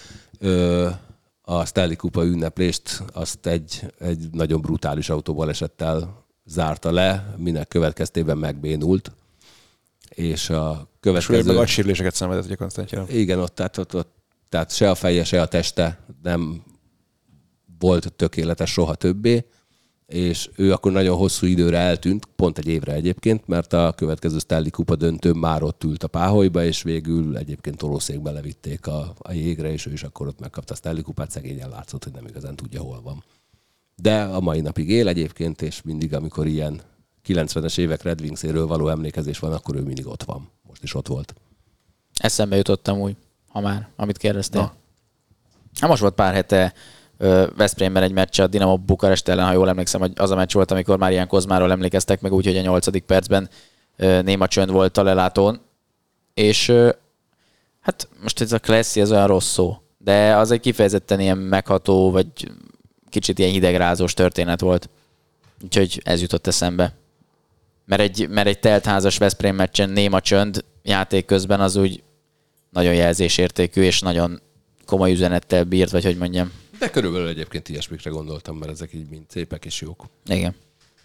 A Stanley Kupa ünneplést azt egy nagyon brutális autóbalesettel zárta le, minek következtében megbénult. És a következő... Meg agysérüléseket szenvedett, ugye Konstantinov. Igen, ott tehát se a feje, se a teste nem volt tökéletes soha többé, és ő akkor nagyon hosszú időre eltűnt, pont egy évre egyébként, mert a következő Stanley Kupa döntőn már ott ült a páholyba, és végül egyébként tolószékbe levitték a jégre, és ő is akkor ott megkapta a Stanley Kupát, szegényen látszott, hogy nem igazán tudja, hol van. De a mai napig él egyébként, és mindig, amikor ilyen 90-es évek Red Wingséről való emlékezés van, akkor ő mindig ott van. Most is ott volt. Eszembe jutottam úgy, ha már, amit kérdeztél. Na, most volt pár hete Veszprémben egy meccs a Dinamo Bukarest ellen, ha jól emlékszem, hogy az a meccs volt, amikor Marián Kozmáról emlékeztek meg úgy, hogy a 8. percben néma csönd volt a lelátón. És hát most ez a Klessy, ez olyan rossz szó, de az egy kifejezetten ilyen megható, vagy kicsit ilyen hidegrázós történet volt. Úgyhogy ez jutott eszembe. Mert egy teltházas Veszprém meccsen néma csönd játék közben az úgy nagyon jelzésértékű, és nagyon komoly üzenettel bírt, vagy hogy mondjam. De körülbelül egyébként ilyesmikre gondoltam, mert ezek így mind szépek és jók. Igen.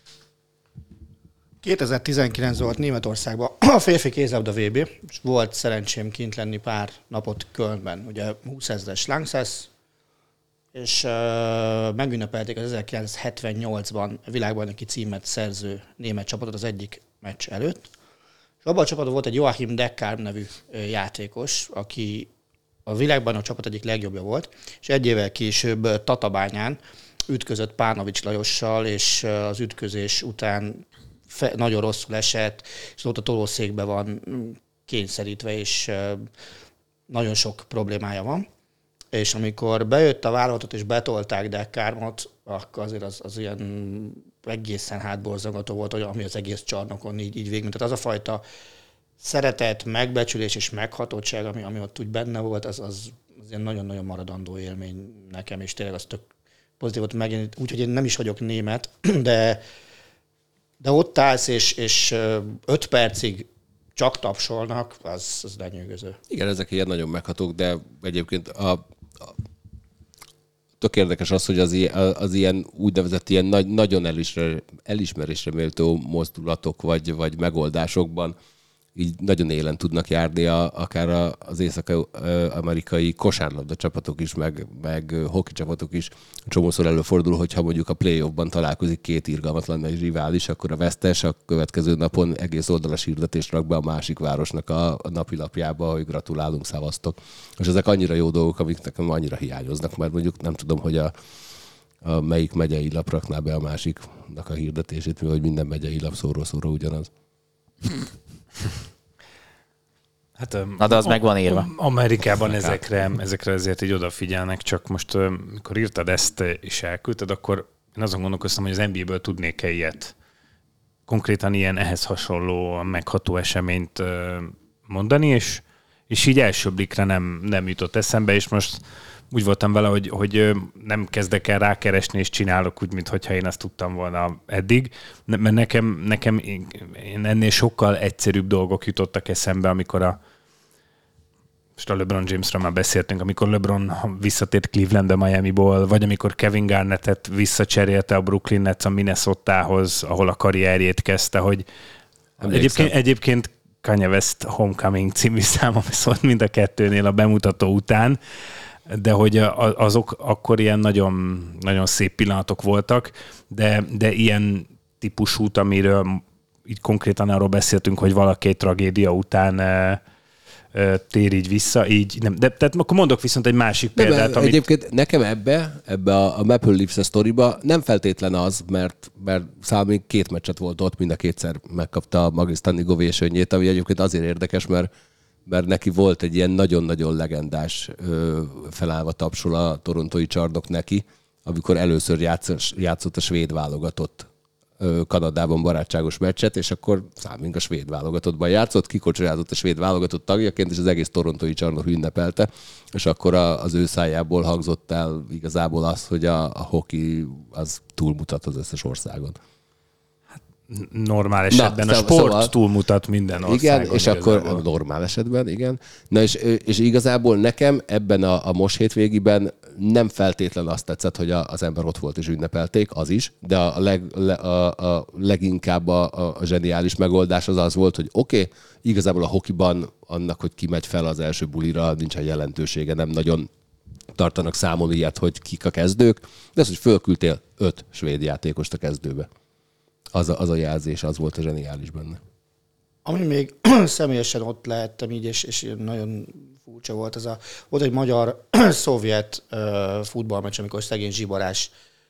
2019 volt Németországban a férfi kézlabda VB, és volt szerencsém kint lenni pár napot Kölnben. Ugye 20 000-es Langsess, és megünnepelték az 1978-ban világbajnoki címet szerző német csapatot az egyik meccs előtt. És abban a csapatban volt egy Joachim Deckard nevű játékos, aki a világbajnok csapat egyik legjobbja volt, és egy évvel később Tatabányán ütközött Pánovics Lajossal, és az ütközés után nagyon rosszul esett, és ott a tolószékbe van kényszerítve, és nagyon sok problémája van. És amikor bejött a vállalatot, és betolták Deckardot, akkor azért az ilyen egészen hátborzongató volt, ami az egész csarnokon így végül. Tehát az a fajta szeretet, megbecsülés és meghatottság, ami ott úgy benne volt, az ilyen nagyon-nagyon maradandó élmény nekem, és tényleg az tök pozitív volt megint. Úgyhogy én nem is vagyok német, de ott állsz, és 5 percig csak tapsolnak, az lenyűgöző. Igen, ezek ilyen nagyon meghatók, de egyébként tök érdekes az, hogy az ilyen úgynevezett ilyen nagyon elismerésre méltó mozdulatok vagy megoldásokban így nagyon élen tudnak járni akár az észak-amerikai kosárlabda csapatok is, meg hoki csapatok is. Csomószor előfordul, hogyha mondjuk a play-offban találkozik 2 irgalmatlan nagy rivális, akkor a vesztes a következő napon egész oldalas hirdetést rak be a másik városnak a napilapjába, hogy gratulálunk, szavaztok. És ezek annyira jó dolgok, amik nekem annyira hiányoznak, mert mondjuk nem tudom, hogy a melyik megyei lap rakná be a másiknak a hirdetését, mivel minden megyei lap szóról-szóra ugyanaz. Hát, na de az meg van írva. Amerikában ezekre azért így odafigyelnek, csak most, mikor írtad ezt és elküldted, akkor én azon gondolkoztam, hogy az NBA-ből tudnék-e ilyet. Konkrétan ilyen ehhez hasonló megható eseményt mondani, és így első blikre nem jutott eszembe, és most úgy voltam vele, hogy nem kezdek el rákeresni, és csinálok úgy, mintha én azt tudtam volna eddig, mert nekem ennél sokkal egyszerűbb dolgok jutottak eszembe, amikor most a LeBron Jamesről már beszéltünk, amikor LeBron visszatért Clevelandbe Miamiból, vagy amikor Kevin Garnettet visszacserélte a Brooklyn Nets a Minnesotához, ahol a karrierjét kezdte, hogy egyébként Kanye West Homecoming című számom szólt mind a kettőnél a bemutató után, de hogy azok akkor ilyen nagyon, nagyon szép pillanatok voltak, de ilyen típusút, amiről így konkrétan arról beszéltünk, hogy valaki egy tragédia után tér így vissza, így nem. De tehát akkor mondok viszont egy másik példát, amit... Egyébként nekem ebbe a Maple Leafs sztoriba nem feltétlen az, mert számomra 2 meccset volt ott, mind a 2-szer megkapta a Magisztani govésönnyét, ami egyébként azért érdekes, mert neki volt egy ilyen nagyon-nagyon legendás felállva tapsol a torontói csarnok neki, amikor először játszott a svéd válogatott Kanadában barátságos meccset, és akkor számunk a svéd válogatottban játszott, kikocsolyázott a svéd válogatott tagjaként, és az egész torontói csarnok ünnepelte, és akkor az ő szájából hangzott el igazából az, hogy a hoki az túlmutat az összes országon. Normál esetben a sport túlmutat minden országon. Igen, és igazából. Akkor normál esetben, igen. Na és igazából nekem ebben a most hétvégiben nem feltétlen azt tetszett, hogy az ember ott volt és ünnepelték, az is, de a leginkább a zseniális megoldás az volt, hogy oké, igazából a hokiban annak, hogy ki megy fel az első bulira, nincsen jelentősége, nem nagyon tartanak számon ilyet, hogy kik a kezdők, de az, hogy fölküldtél 5 svéd játékost a kezdőbe. Az a jelzés, az volt a zseniális benne. Ami még személyesen ott lehettem így, és nagyon furcsa volt, volt egy magyar-szovjet futballmeccs, amikor szegény Zsibarás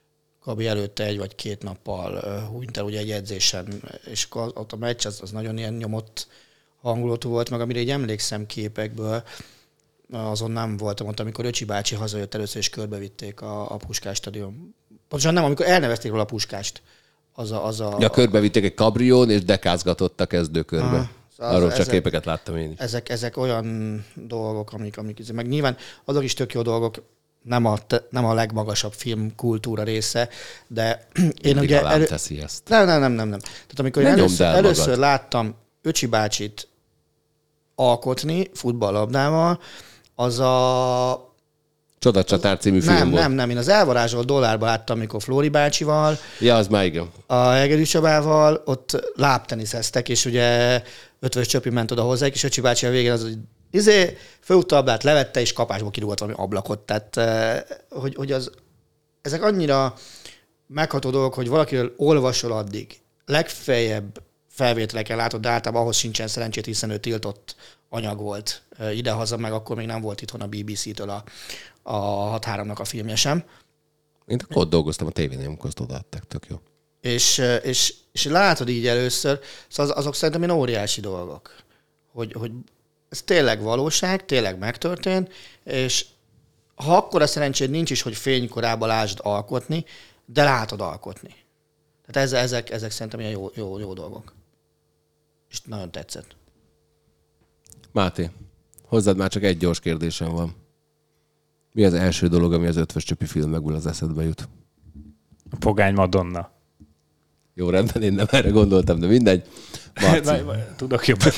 Gabi előtte 1 vagy 2 nappal hunyt el ugye egy edzésen, és ott a meccs az nagyon ilyen nyomott hangulatú volt, meg amire így emlékszem képekből, azon nem voltam ott, amikor Öcsi bácsi hazajött először, és körbevitték a Puskás stadion. Pontosan nem, amikor elnevezték róla a Puskást. Ja, körbevitték egy kabrión, és dekázgatott a kezdőkörbe. Arról csak képeket láttam én is. Ezek olyan dolgok, amik meg nyilván azok is tök jó dolgok, nem a legmagasabb filmkultúra része, de én ugye... teszi ezt. Nem. Tehát amikor én először láttam Öcsi bácsit alkotni futballlabdával, az a... Csodacsatár című film volt. Nem. Én az Elvarázsolt dollárba láttam, amikor Flóri bácsival, ja, az már igen. a Egerű Csabával, ott lábteniszeztek, és ugye Ötvös Csöpi ment oda hozzájuk, és Öcsi bácsi a végén az, hogy fölútta a labdát, levette, és kapásból kirúgott valami ablakot. Tehát, hogy ezek annyira megható dolgok, hogy valakiről olvasol addig, legfeljebb felvételeken látod, de általában ahhoz sincsen szerencsét, hiszen ő tiltott anyag volt idehaza, meg akkor még nem volt itthon a BBC-től a 6-3-nak a filmje sem. Én ott dolgoztam a tévén, amikor azt odaadták, tök jó. És látod így először, szóval azok szerintem ilyen óriási dolgok, hogy ez tényleg valóság, tényleg megtörtént, és ha akkora szerencséd nincs is, hogy fénykorában lásd alkotni, de látod alkotni. Tehát ezek szerintem ilyen jó dolgok. És nagyon tetszett. Máté, hozzád már csak egy gyors kérdésem van. Mi az első dolog, ami az Ötvös Csöpi filmekből az eszedbe jut? A Pogány Madonna. Jó, rendben, én nem erre gondoltam, de mindegy. Marci. Tudok jobban.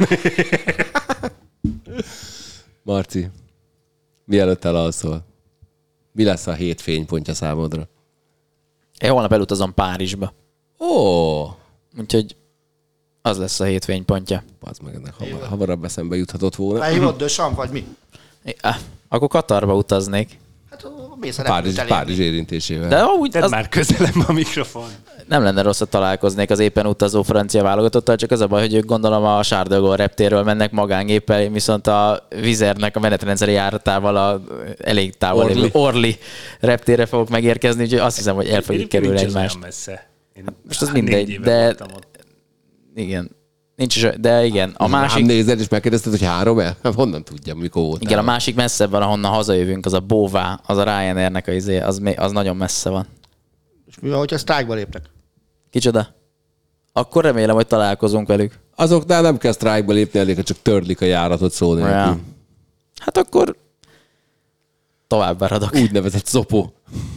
Marci, mielőtt elalszol, mi lesz a 7 fénypontja számodra? Én holnap elutazom Párizsba. Ó! Úgyhogy az lesz a 7 fénypontja. Pazd meg, ennek hamarabb eszembe juthatott volna. Elhívott Dösamp, vagy mi? Akkor Katarba utaznék. Hát mész a Párizs érintésével. De amúgy Tedd már közelebb a mikrofon. nem lenne rossz, ha találkoznék az éppen utazó francia válogatottal, csak az a baj, hogy ők gondolom a Charles de Gaulle reptérről mennek magángéppel, viszont a Vizernek a menetrendszeri járatával a elég távol Orly reptérre fogok megérkezni, úgyhogy azt hiszem, hogy el fogjuk kerülni egymást. Most az mindegy, de igen. Nincs is, de igen. A másik... Nem nézed, és megkérdezted, hogy 3-e? Honnan tudjam, mikor voltál? Igen, a másik messzebb van, ahonnan hazajövünk, az a Beauvais, az a Ryanairnek az nagyon messze van. És mi van, hogyha sztrájkba lépnek? Kicsoda? Akkor remélem, hogy találkozunk velük. Azoknál nem kell sztrájkba lépni, elég, ha csak törlik a járatot szó nélkül. Ja. Hát akkor tovább maradok. Úgynevezett szopó.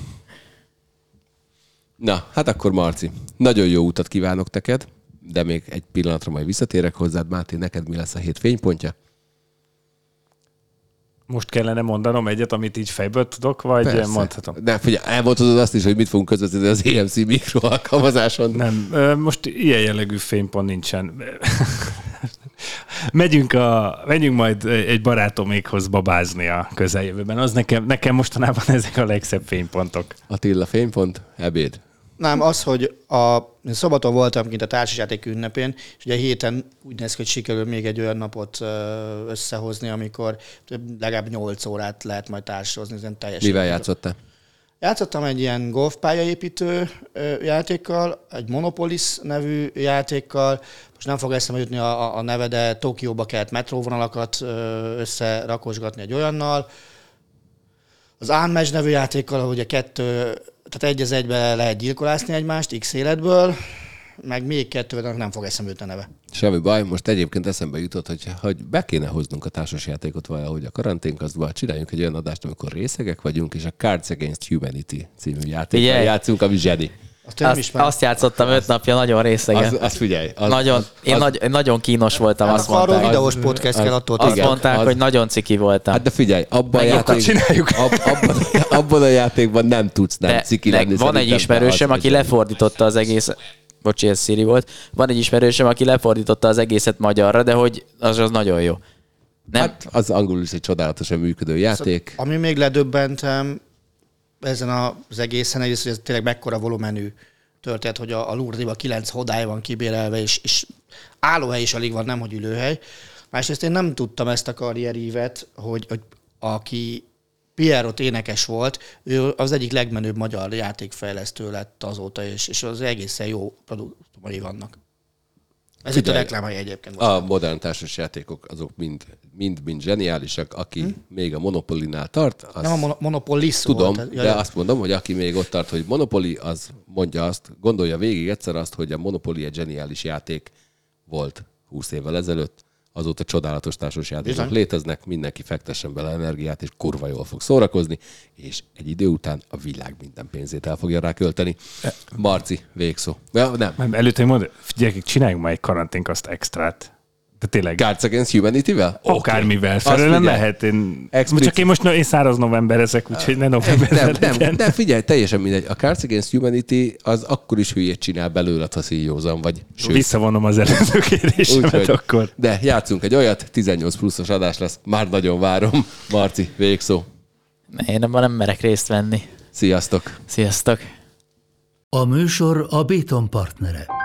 Na, hát akkor Marci, nagyon jó utat kívánok neked, de még egy pillanatra majd visszatérek hozzád. Máté, neked mi lesz a 7 fénypontja? Most kellene mondanom egyet, amit így fejből tudok, vagy Persze. mondhatom? Nem, figyelj, elmondhatod azt is, hogy mit fogunk közvetíteni az EMC mikro alkalmazáson. Nem, most ilyen jellegű fénypont nincsen. Megyünk majd egy barátomékhoz babázni a közeljövőben. Az nekem mostanában ezek a legszebb fénypontok. Attila, fénypont, ebéd. Nem, az, hogy szombaton voltam kint a társasjáték ünnepén, és ugye héten úgy néz ki, hogy sikerül még egy olyan napot összehozni, amikor legalább 8 órát lehet majd társasozni. Mivel játszottál? Játszottam egy ilyen golfpályaépítő játékkal, egy Monopolis nevű játékkal, most nem fog eszembe jutni a neve, de Tokióba kellett metróvonalakat összerakosgatni egy olyannal. Az Unmatch nevű játékkal, ahogy tehát 1-1-be lehet gyilkolászni egymást X életből, meg még 2, nem fog eszembe jutni a neve. Semmi baj, most egyébként eszembe jutott, hogy be kéne hoznunk a társasjátékot valahogy a karanténkazba, csináljunk egy olyan adást, amikor részegek vagyunk, és a Cards Against Humanity című játékkal játszunk, ami zseni. Azt játszottam 5 napja, nagyon részegen. Az figyelj. Nagyon kínos voltam, azt mondták. mondták. Arról videós podcast kell attól. Azt mondták, hogy nagyon ciki voltam. Hát de figyelj, abban a játékban nem tudsz nem ciki lenni. Van egy ismerősöm, aki lefordította az egész... Bocsi, ez Siri volt. Van egy ismerősöm, aki lefordította az egészet magyarra, de hogy az nagyon jó. Nem? Hát az angolul is egy csodálatosan működő játék. Ami még ledöbbentem ezen az egészen, egyrészt, hogy ez tényleg mekkora volumenű történet, hogy a Lourdes-ban 9 hodály van kibérelve, és állóhely is alig van, nem hogy ülőhely. Másrészt én nem tudtam ezt a karrierívet, hogy aki Pierrot énekes volt, ő az egyik legmenőbb magyar játékfejlesztő lett azóta, és az egészen jó produktumai vannak. Ez itt a reklámai egyébként. A modern társasjátékok azok mind zseniálisak, aki még a Monopoly-nál tart. Az Nem a Monopolis tudom, volt. de azt mondom, hogy aki még ott tart, hogy Monopoly, az mondja azt, gondolja végig egyszer azt, hogy a Monopoly egy zseniális játék volt 20 évvel ezelőtt, azóta csodálatos társasjátékok léteznek, mindenki fektessen bele energiát, és kurva jól fog szórakozni, és egy idő után a világ minden pénzét el fogja rá költeni. Marci, végszó. Ja, nem. Előtte mondom, gyerekek, csináljunk már egy karanténkaszt extrát. De tényleg. Cards Against Humanity-vel? Akármivel. Felőlem lehet. Én száraz november ezek, úgyhogy ne november. Nem, figyelj, teljesen mindegy. A Cards Against Humanity az akkor is hülyét csinál belőled, ha szíjózan vagy. Sőt. Visszavonom az előző kérdésemet akkor. De játszunk egy olyat, 18 pluszos adás lesz. Már nagyon várom. Marci, végszó. Én abban nem merek részt venni. Sziasztok. Sziasztok. A műsor a Béton partnere.